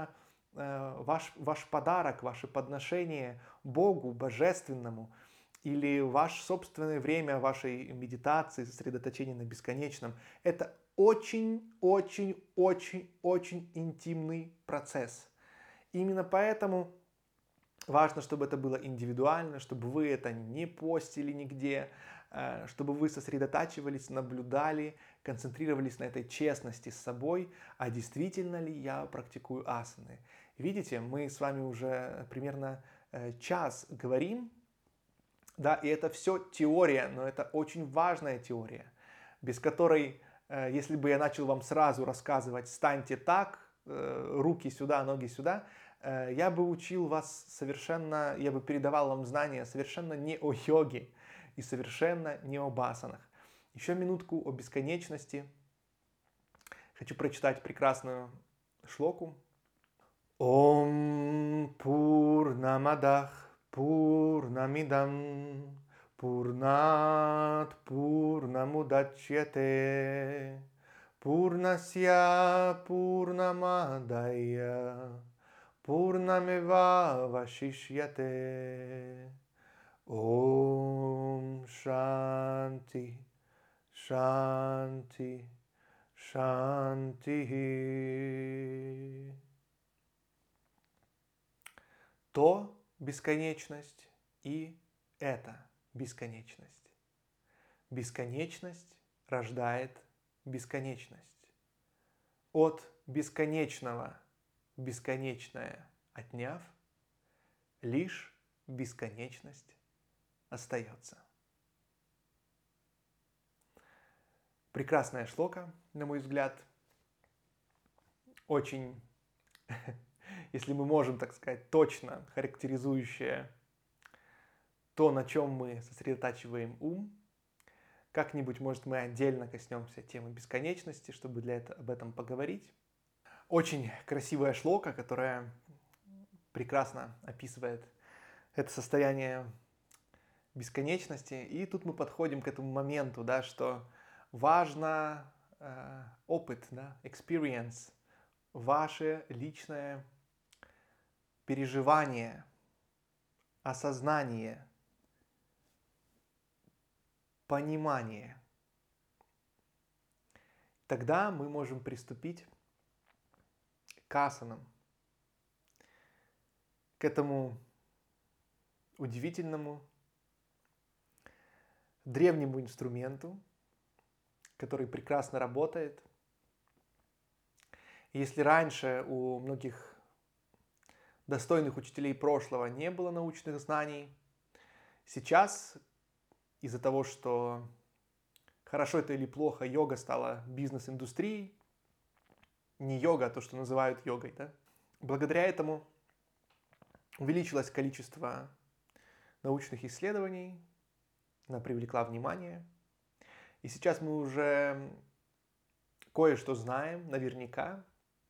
ваш подарок, ваше подношение Богу, Божественному, или ваше собственное время вашей медитации, сосредоточения на бесконечном. Это очень-очень-очень-очень интимный процесс. Именно поэтому важно, чтобы это было индивидуально, чтобы вы это не постили нигде, чтобы вы сосредотачивались, наблюдали, концентрировались на этой честности с собой, а действительно ли я практикую асаны. Видите, мы с вами уже примерно час говорим, да, и это все теория, но это очень важная теория, без которой, если бы я начал вам сразу рассказывать «станьте так», руки сюда, ноги сюда, я бы учил вас совершенно, я бы передавал вам знания совершенно не о йоге и совершенно не об асанах. Еще минутку о бесконечности. Хочу прочитать прекрасную шлоку. Ом Пурнамадах Пурнамидам Пурнат Пурнамудачьяте Пурнасья Пурнамадая Пурнамева Вашишьяте. Ом Шанти Шанти Шанти. То бесконечность и это бесконечность. Бесконечность рождает бесконечность. От бесконечного бесконечное отняв, лишь бесконечность остается. Прекрасная шлока, на мой взгляд. Очень, если мы можем, так сказать, точно характеризующая то, на чем мы сосредотачиваем ум. Как-нибудь, может, мы отдельно коснемся темы бесконечности, чтобы об этом поговорить. Очень красивая шлока, которая прекрасно описывает это состояние бесконечности. И тут мы подходим к этому моменту, да, что важно опыт, да, experience, ваше личное переживание, осознание, понимание. Тогда мы можем приступить к асанам, к этому удивительному древнему инструменту, который прекрасно работает. Если раньше у многих достойных учителей прошлого не было научных знаний, сейчас из-за того, что хорошо это или плохо, йога стала бизнес-индустрией, не йога, а то, что называют йогой, да? Благодаря этому увеличилось количество научных исследований, она привлекла внимание. И сейчас мы уже кое-что знаем наверняка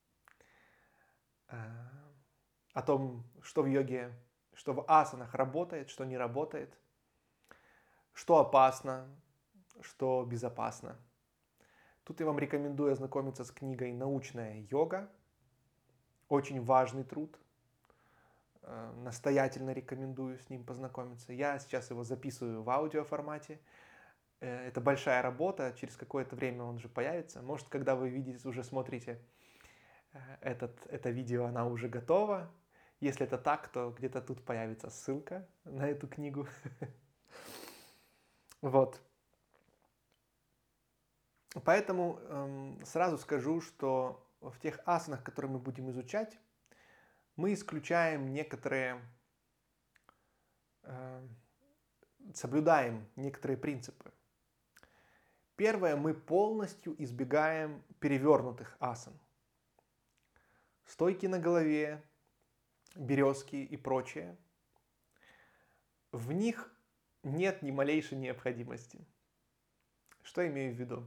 о том, что в йоге, что в асанах работает, что не работает, что опасно, что безопасно. Тут я вам рекомендую ознакомиться с книгой «Научная йога». Очень важный труд. Настоятельно рекомендую с ним познакомиться. Я сейчас его записываю в аудиоформате. Это большая работа, через какое-то время он же появится. Может, когда вы видите, уже смотрите это видео, она уже готова. Если это так, то где-то тут появится ссылка на эту книгу. Вот. Поэтому сразу скажу, что в тех асанах, которые мы будем изучать, мы исключаем соблюдаем некоторые принципы. Первое, мы полностью избегаем перевернутых асан. Стойки на голове, березки и прочее. В них нет ни малейшей необходимости. Что имею в виду?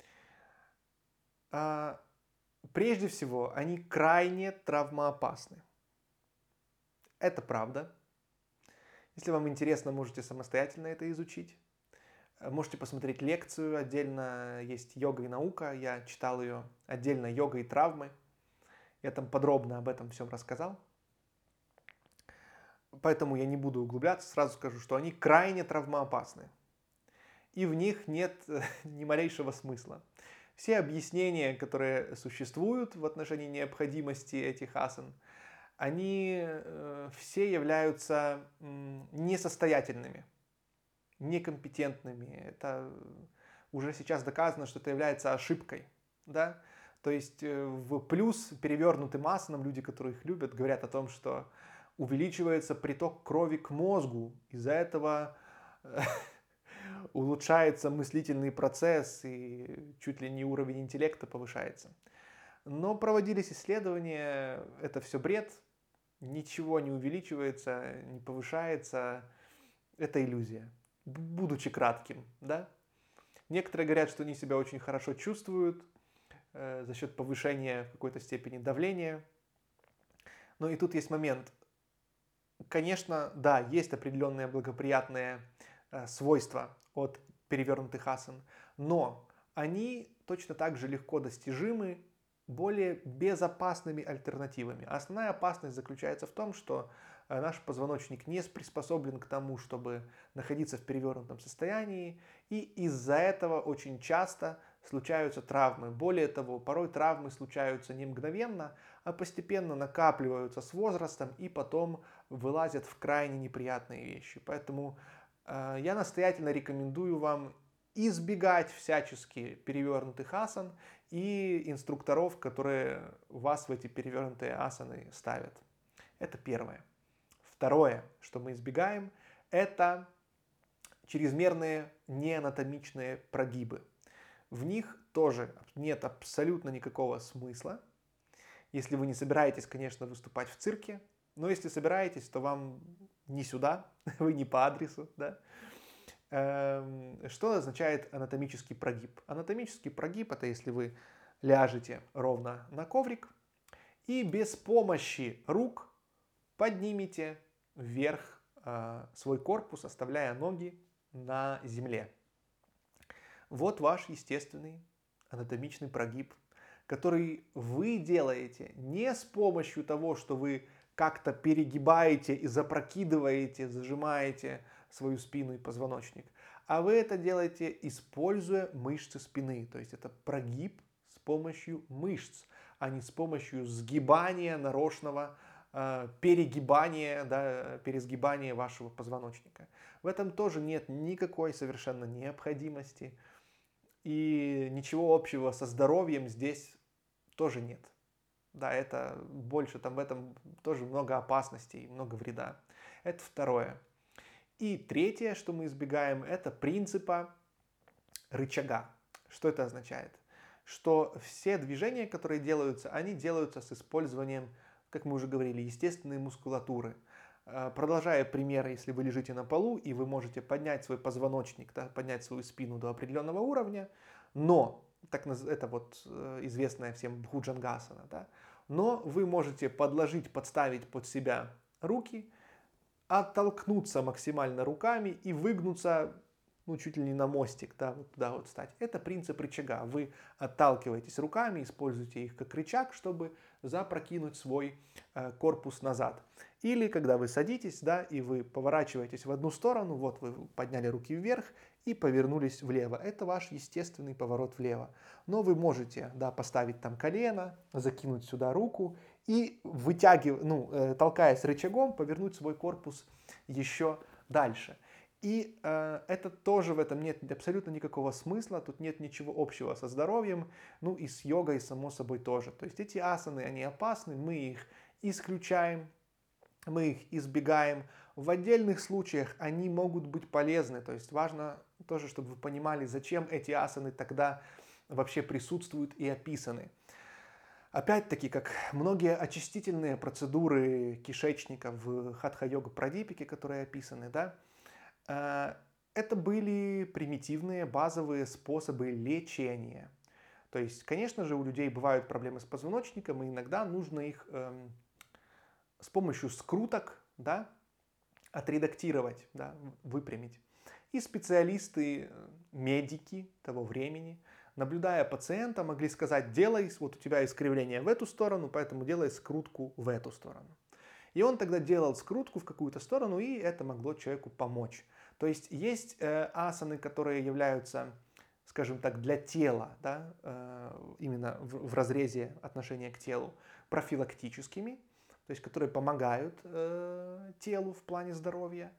Прежде всего, они крайне травмоопасны. Это правда. Если вам интересно, можете самостоятельно это изучить. Можете посмотреть лекцию, отдельно есть «Йога и наука», я читал ее, отдельно «Йога и травмы». Я там подробно об этом всем рассказал. Поэтому я не буду углубляться, сразу скажу, что они крайне травмоопасны. И в них нет ни малейшего смысла. Все объяснения, которые существуют в отношении необходимости этих асан, они все являются несостоятельными, некомпетентными. Это уже сейчас доказано, что это является ошибкой. Да? То есть в плюс перевернутым асанам люди, которые их любят, говорят о том, что увеличивается приток крови к мозгу. Из-за этого улучшается мыслительный процесс и чуть ли не уровень интеллекта повышается. Но проводились исследования, это все бред, ничего не увеличивается, не повышается, это иллюзия, будучи кратким, да? Некоторые говорят, что они себя очень хорошо чувствуют за счет повышения в какой-то степени давления. Но и тут есть момент. Конечно, да, есть определенные благоприятные свойства от перевернутых асан, но они точно так же легко достижимы более безопасными альтернативами. Основная опасность заключается в том, что наш позвоночник не приспособлен к тому, чтобы находиться в перевернутом состоянии, и из-за этого очень часто случаются травмы. Более того, порой травмы случаются не мгновенно, а постепенно накапливаются с возрастом и потом вылазят в крайне неприятные вещи. Поэтому я настоятельно рекомендую вам избегать всячески перевернутых асан и инструкторов, которые вас в эти перевернутые асаны ставят. Это первое. Второе, что мы избегаем, это чрезмерные неанатомичные прогибы. В них тоже нет абсолютно никакого смысла. Если вы не собираетесь, конечно, выступать в цирке, но если собираетесь, то вам не сюда, вы не по адресу, да? Что означает анатомический прогиб? Анатомический прогиб – это если вы ляжете ровно на коврик и без помощи рук поднимете вверх свой корпус, оставляя ноги на земле. Вот ваш естественный анатомичный прогиб, который вы делаете не с помощью того, что вы как-то перегибаете и запрокидываете, зажимаете свою спину и позвоночник, а вы это делаете, используя мышцы спины. То есть это прогиб с помощью мышц, а не с помощью сгибания нарочного, перегибания, да, пересгибания вашего позвоночника. В этом тоже нет никакой совершенно необходимости. И ничего общего со здоровьем здесь тоже нет. Да, это больше, там в этом тоже много опасностей, много вреда. Это второе. И третье, что мы избегаем, это принципа рычага. Что это означает? Что все движения, которые делаются, они делаются с использованием, как мы уже говорили, естественной мускулатуры. Продолжая пример, если вы лежите на полу и вы можете поднять свой позвоночник, да, поднять свою спину до определенного уровня, но, это вот известная всем бхуджангасана, да, но вы можете подставить под себя руки, оттолкнуться максимально руками и выгнуться, чуть ли не на мостик, да, вот туда вот встать. Это принцип рычага. Вы отталкиваетесь руками, используете их как рычаг, чтобы запрокинуть свой корпус назад. Или когда вы садитесь, да, и вы поворачиваетесь в одну сторону, вот вы подняли руки вверх и повернулись влево. Это ваш естественный поворот влево. Но вы можете, да, поставить там колено, закинуть сюда руку и толкаясь рычагом, повернуть свой корпус еще дальше. И это тоже, в этом нет абсолютно никакого смысла, тут нет ничего общего со здоровьем, и с йогой, само собой, тоже. То есть эти асаны, они опасны, мы их исключаем, мы их избегаем. В отдельных случаях они могут быть полезны, то есть важно тоже, чтобы вы понимали, зачем эти асаны тогда вообще присутствуют и описаны. Опять-таки, как многие очистительные процедуры кишечника в хатха-йога прадипике, которые описаны, да, это были примитивные базовые способы лечения. То есть, конечно же, у людей бывают проблемы с позвоночником, и иногда нужно их с помощью скруток, да, отредактировать, да, выпрямить. И специалисты, медики того времени, наблюдая пациента, могли сказать: делай, вот у тебя искривление в эту сторону, поэтому делай скрутку в эту сторону. И он тогда делал скрутку в какую-то сторону, и это могло человеку помочь. То есть асаны, которые являются, скажем так, для тела, да, именно в разрезе отношения к телу, профилактическими, то есть которые помогают телу в плане здоровья,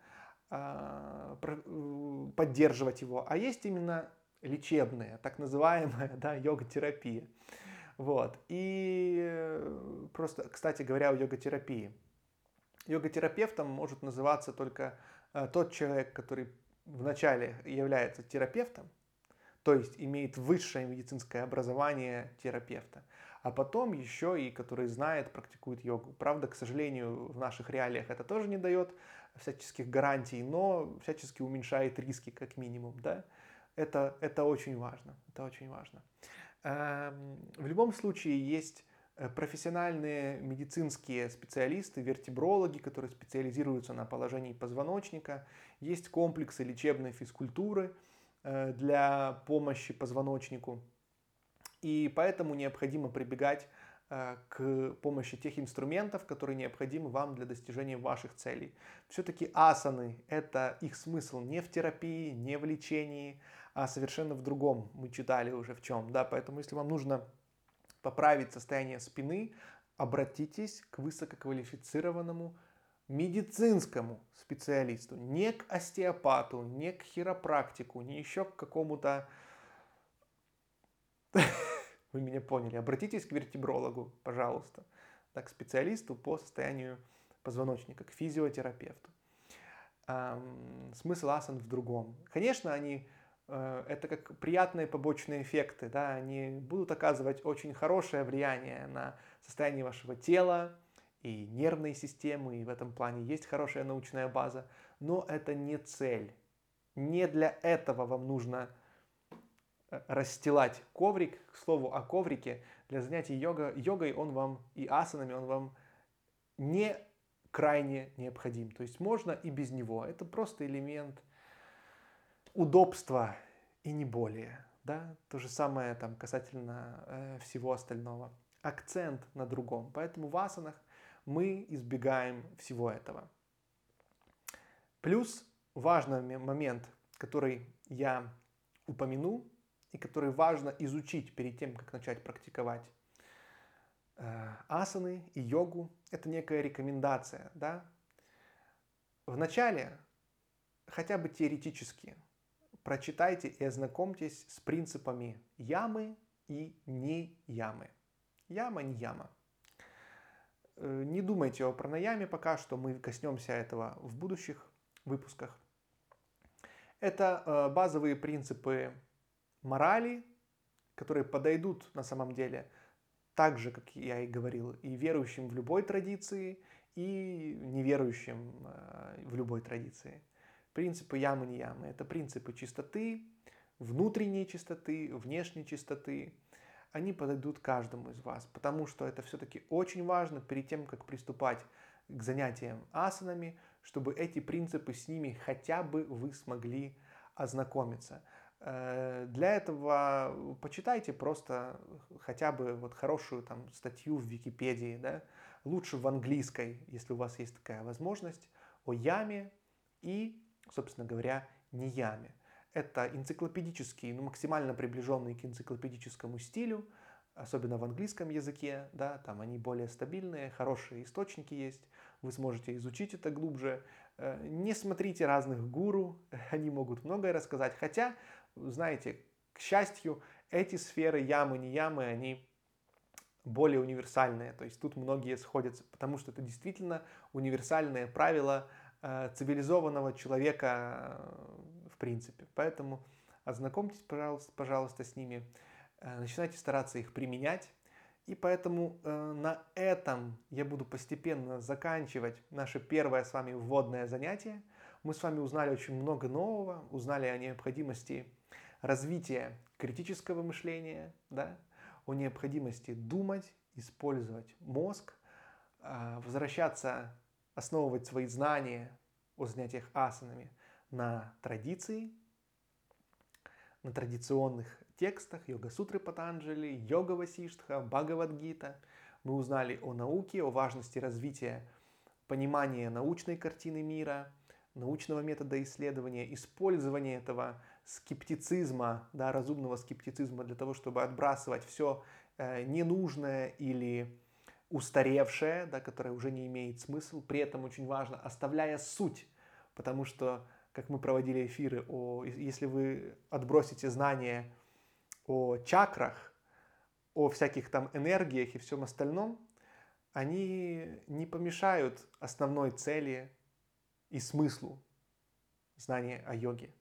поддерживать его. А есть именно лечебные, так называемая, да, йога-терапия. Вот. И просто, кстати говоря, о йога-терапии. Йога-терапевтом может называться только тот человек, который вначале является терапевтом, то есть имеет высшее медицинское образование терапевта, а потом еще и который знает, практикует йогу. Правда, к сожалению, в наших реалиях это тоже не дает всяческих гарантий, но всячески уменьшает риски, как минимум, да. Это очень важно, это очень важно. В любом случае есть профессиональные медицинские специалисты, вертебрологи, которые специализируются на положении позвоночника, есть комплексы лечебной физкультуры для помощи позвоночнику, и поэтому необходимо прибегать к помощи тех инструментов, которые необходимы вам для достижения ваших целей. Все-таки асаны – это их смысл не в терапии, не в лечении, а совершенно в другом. Мы читали уже в чем. Да? Поэтому если вам нужно поправить состояние спины, обратитесь к высококвалифицированному медицинскому специалисту, не к остеопату, не к хиропрактику, не еще к какому-то... Вы меня поняли. Обратитесь к вертебрологу, пожалуйста, к специалисту по состоянию позвоночника, к физиотерапевту. Смысл асан в другом. Конечно, они это как приятные побочные эффекты, да, они будут оказывать очень хорошее влияние на состояние вашего тела и нервной системы, и в этом плане есть хорошая научная база, но это не цель. Не для этого вам нужно расстилать коврик. К слову о коврике, для занятий йогой он вам и асанами он вам не крайне необходим. То есть можно и без него. Это просто элемент удобства и не более. Да? То же самое там, касательно всего остального. Акцент на другом. Поэтому в асанах мы избегаем всего этого. Плюс важный момент, который я упомянул, и который важно изучить перед тем, как начать практиковать асаны и йогу, это некая рекомендация. Да? Вначале, хотя бы теоретически, прочитайте и ознакомьтесь с принципами ямы и не ямы. Яма, не яма. Не думайте о пранаяме пока что, мы коснемся этого в будущих выпусках. Это базовые принципы морали, которые подойдут на самом деле так же, как я и говорил, и верующим в любой традиции, и неверующим в любой традиции. Принципы ямы, не ямы – это принципы чистоты, внутренней чистоты, внешней чистоты. Они подойдут каждому из вас, потому что это все-таки очень важно перед тем, как приступать к занятиям асанами, чтобы эти принципы с ними хотя бы вы смогли ознакомиться. Для этого почитайте просто хотя бы вот хорошую там статью в Википедии, да? Лучше в английской, если у вас есть такая возможность, о яме и, собственно говоря, не яме. Это энциклопедический, максимально приближенный к энциклопедическому стилю, особенно в английском языке, да, там они более стабильные, хорошие источники есть, вы сможете изучить это глубже. Не смотрите разных гуру, они могут многое рассказать, хотя, знаете, к счастью, эти сферы ямы, не ямы, они более универсальное. То есть тут многие сходятся, потому что это действительно универсальное правило цивилизованного человека в принципе. Поэтому ознакомьтесь, пожалуйста, с ними, начинайте стараться их применять. И поэтому на этом я буду постепенно заканчивать наше первое с вами вводное занятие. Мы с вами узнали очень много нового, узнали о необходимости развития критического мышления, да, о необходимости думать, использовать мозг, возвращаться, основывать свои знания о занятиях асанами на традиции, на традиционных текстах Йога-сутры Патанджали, Йога-васиштха, Бхагавад-гита. Мы узнали о науке, о важности развития понимания научной картины мира, научного метода исследования, использования этого скептицизма, да, разумного скептицизма для того, чтобы отбрасывать все ненужное или устаревшее, да, которое уже не имеет смысла. При этом очень важно, оставляя суть, потому что, как мы проводили эфиры, если вы отбросите знания о чакрах, о всяких там энергиях и всем остальном, они не помешают основной цели и смыслу знания о йоге.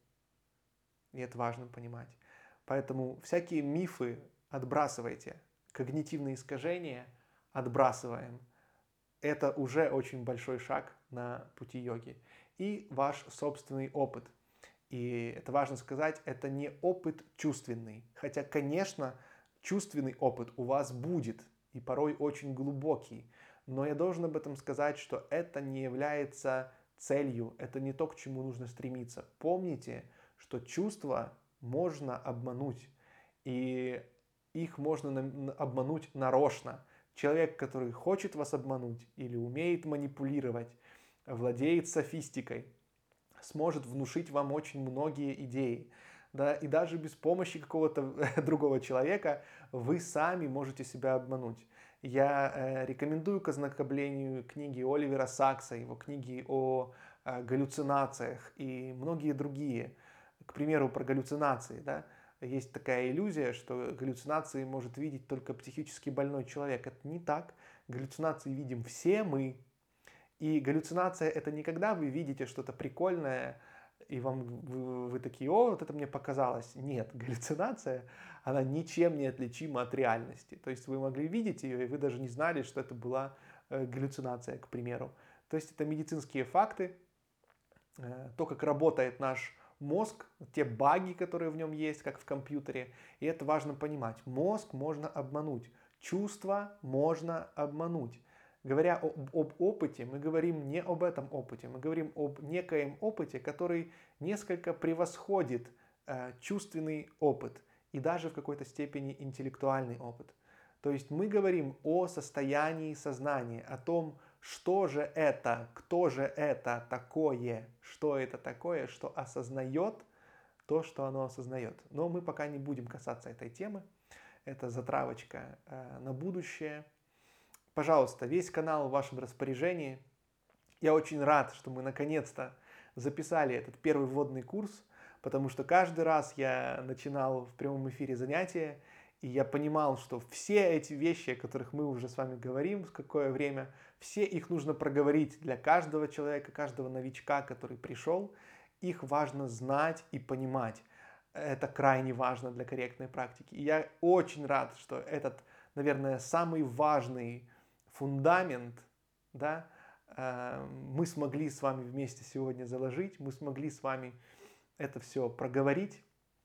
И это важно понимать. Поэтому всякие мифы отбрасывайте, когнитивные искажения отбрасываем. Это уже очень большой шаг на пути йоги. И ваш собственный опыт. И это важно сказать, это не опыт чувственный. Хотя, конечно, чувственный опыт у вас будет, и порой очень глубокий. Но я должен об этом сказать, что это не является целью, это не то, к чему нужно стремиться. Помните, что чувства можно обмануть, и их можно обмануть нарочно. Человек, который хочет вас обмануть или умеет манипулировать, владеет софистикой, сможет внушить вам очень многие идеи. Да, и даже без помощи какого-то другого человека вы сами можете себя обмануть. Я рекомендую к ознакомлению книги Оливера Сакса, его книги о галлюцинациях и многие другие. К примеру, про галлюцинации. Да? Есть такая иллюзия, что галлюцинации может видеть только психически больной человек. Это не так. Галлюцинации видим все мы. И галлюцинация — это не когда вы видите что-то прикольное, и вы такие: о, вот это мне показалось. Нет, галлюцинация, она ничем не отличима от реальности. То есть вы могли видеть ее, и вы даже не знали, что это была галлюцинация, к примеру. То есть это медицинские факты, то, как работает наш мозг, те баги, которые в нем есть, как в компьютере. И это важно понимать. Мозг можно обмануть, чувства можно обмануть. Говоря об опыте, мы говорим не об этом опыте, мы говорим об некоем опыте, который несколько превосходит чувственный опыт и даже в какой-то степени интеллектуальный опыт. То есть мы говорим о состоянии сознания, о том, что же это, кто же это такое, что это такое, что осознает то, что оно осознает. Но мы пока не будем касаться этой темы. Это затравочка на будущее. Пожалуйста, весь канал в вашем распоряжении. Я очень рад, что мы наконец-то записали этот первый вводный курс, потому что каждый раз я начинал в прямом эфире занятия, и я понимал, что все эти вещи, о которых мы уже с вами говорим в какое время, все их нужно проговорить для каждого человека, каждого новичка, который пришел. Их важно знать и понимать. Это крайне важно для корректной практики. И я очень рад, что этот, наверное, самый важный фундамент, да, мы смогли с вами вместе сегодня заложить, мы смогли с вами это все проговорить.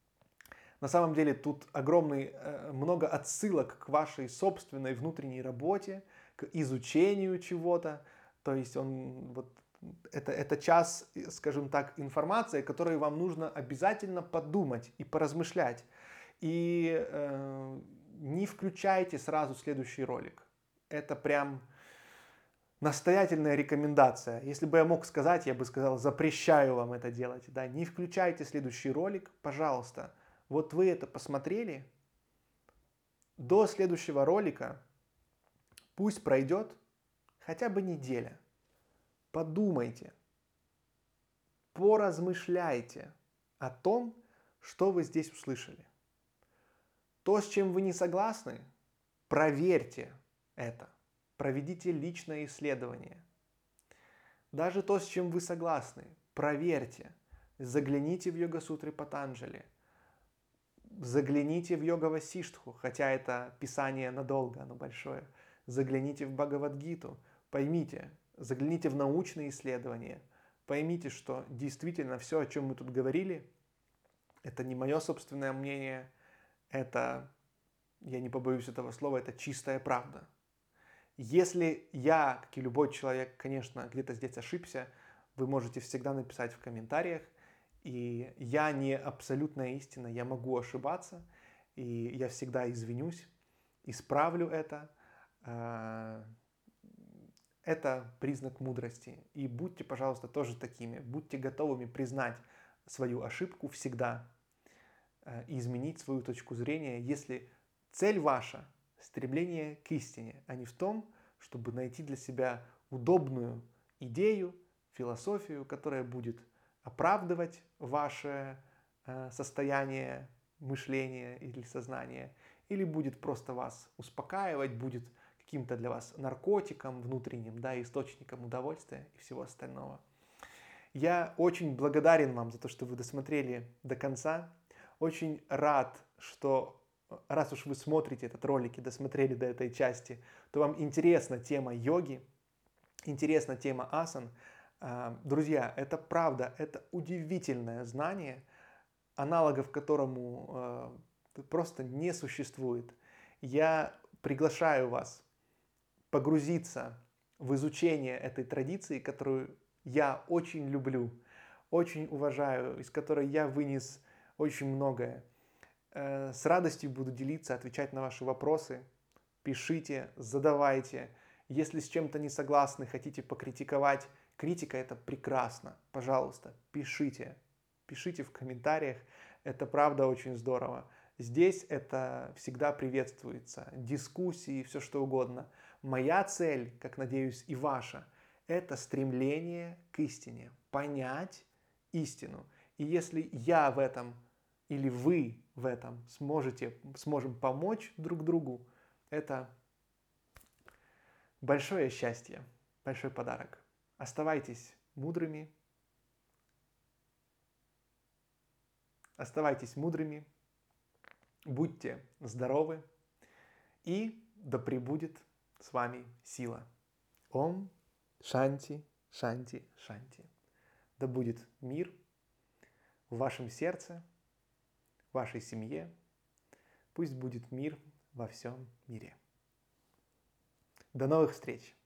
На самом деле тут много отсылок к вашей собственной внутренней работе, к изучению чего-то. То есть это час, скажем так, информации, которой вам нужно обязательно подумать и поразмышлять. И не включайте сразу следующий ролик. Это прям настоятельная рекомендация. Если бы я мог сказать, я бы сказал: запрещаю вам это делать. Да? Не включайте следующий ролик, пожалуйста. Вот вы это посмотрели, до следующего ролика пусть пройдет хотя бы неделя. Подумайте, поразмышляйте о том, что вы здесь услышали. То, с чем вы не согласны, проверьте это, проведите личное исследование. Даже то, с чем вы согласны, проверьте. Загляните в Йога-сутры Патанджали, загляните в Йога-васиштху, хотя это писание надолго, оно большое. Загляните в Бхагавад-гиту, поймите, загляните в научные исследования, поймите, что действительно все, о чем мы тут говорили, это не мое собственное мнение, это, я не побоюсь этого слова, это чистая правда. Если я, как и любой человек, конечно, где-то здесь ошибся, вы можете всегда написать в комментариях. И я не абсолютная истина, я могу ошибаться, и я всегда извинюсь, исправлю это. Это признак мудрости. И будьте, пожалуйста, тоже такими. Будьте готовыми признать свою ошибку всегда и изменить свою точку зрения, если цель ваша – стремление к истине, а не в том, чтобы найти для себя удобную идею, философию, которая будет оправдывать ваше состояние мышления или сознания, или будет просто вас успокаивать, будет каким-то для вас наркотиком внутренним, да, источником удовольствия и всего остального. Я очень благодарен вам за то, что вы досмотрели до конца. Очень рад, что раз уж вы смотрите этот ролик и досмотрели до этой части, то вам интересна тема йоги, интересна тема асан. Друзья, это правда, это удивительное знание, аналогов которому просто не существует. Я приглашаю вас погрузиться в изучение этой традиции, которую я очень люблю, очень уважаю, из которой я вынес очень многое. С радостью буду делиться, отвечать на ваши вопросы. Пишите, задавайте. Если с чем-то не согласны, хотите покритиковать, критика – это прекрасно. Пожалуйста, пишите. Пишите в комментариях. Это правда очень здорово. Здесь это всегда приветствуется. Дискуссии, все что угодно. Моя цель, как надеюсь и ваша, это стремление к истине. Понять истину. И если я в этом или вы в этом сможем помочь друг другу, это большое счастье, большой подарок. Оставайтесь мудрыми, будьте здоровы, и да пребудет с вами сила. Ом Шанти, Шанти, Шанти. Да будет мир в вашем сердце, в вашей семье. Пусть будет мир во всем мире. До новых встреч!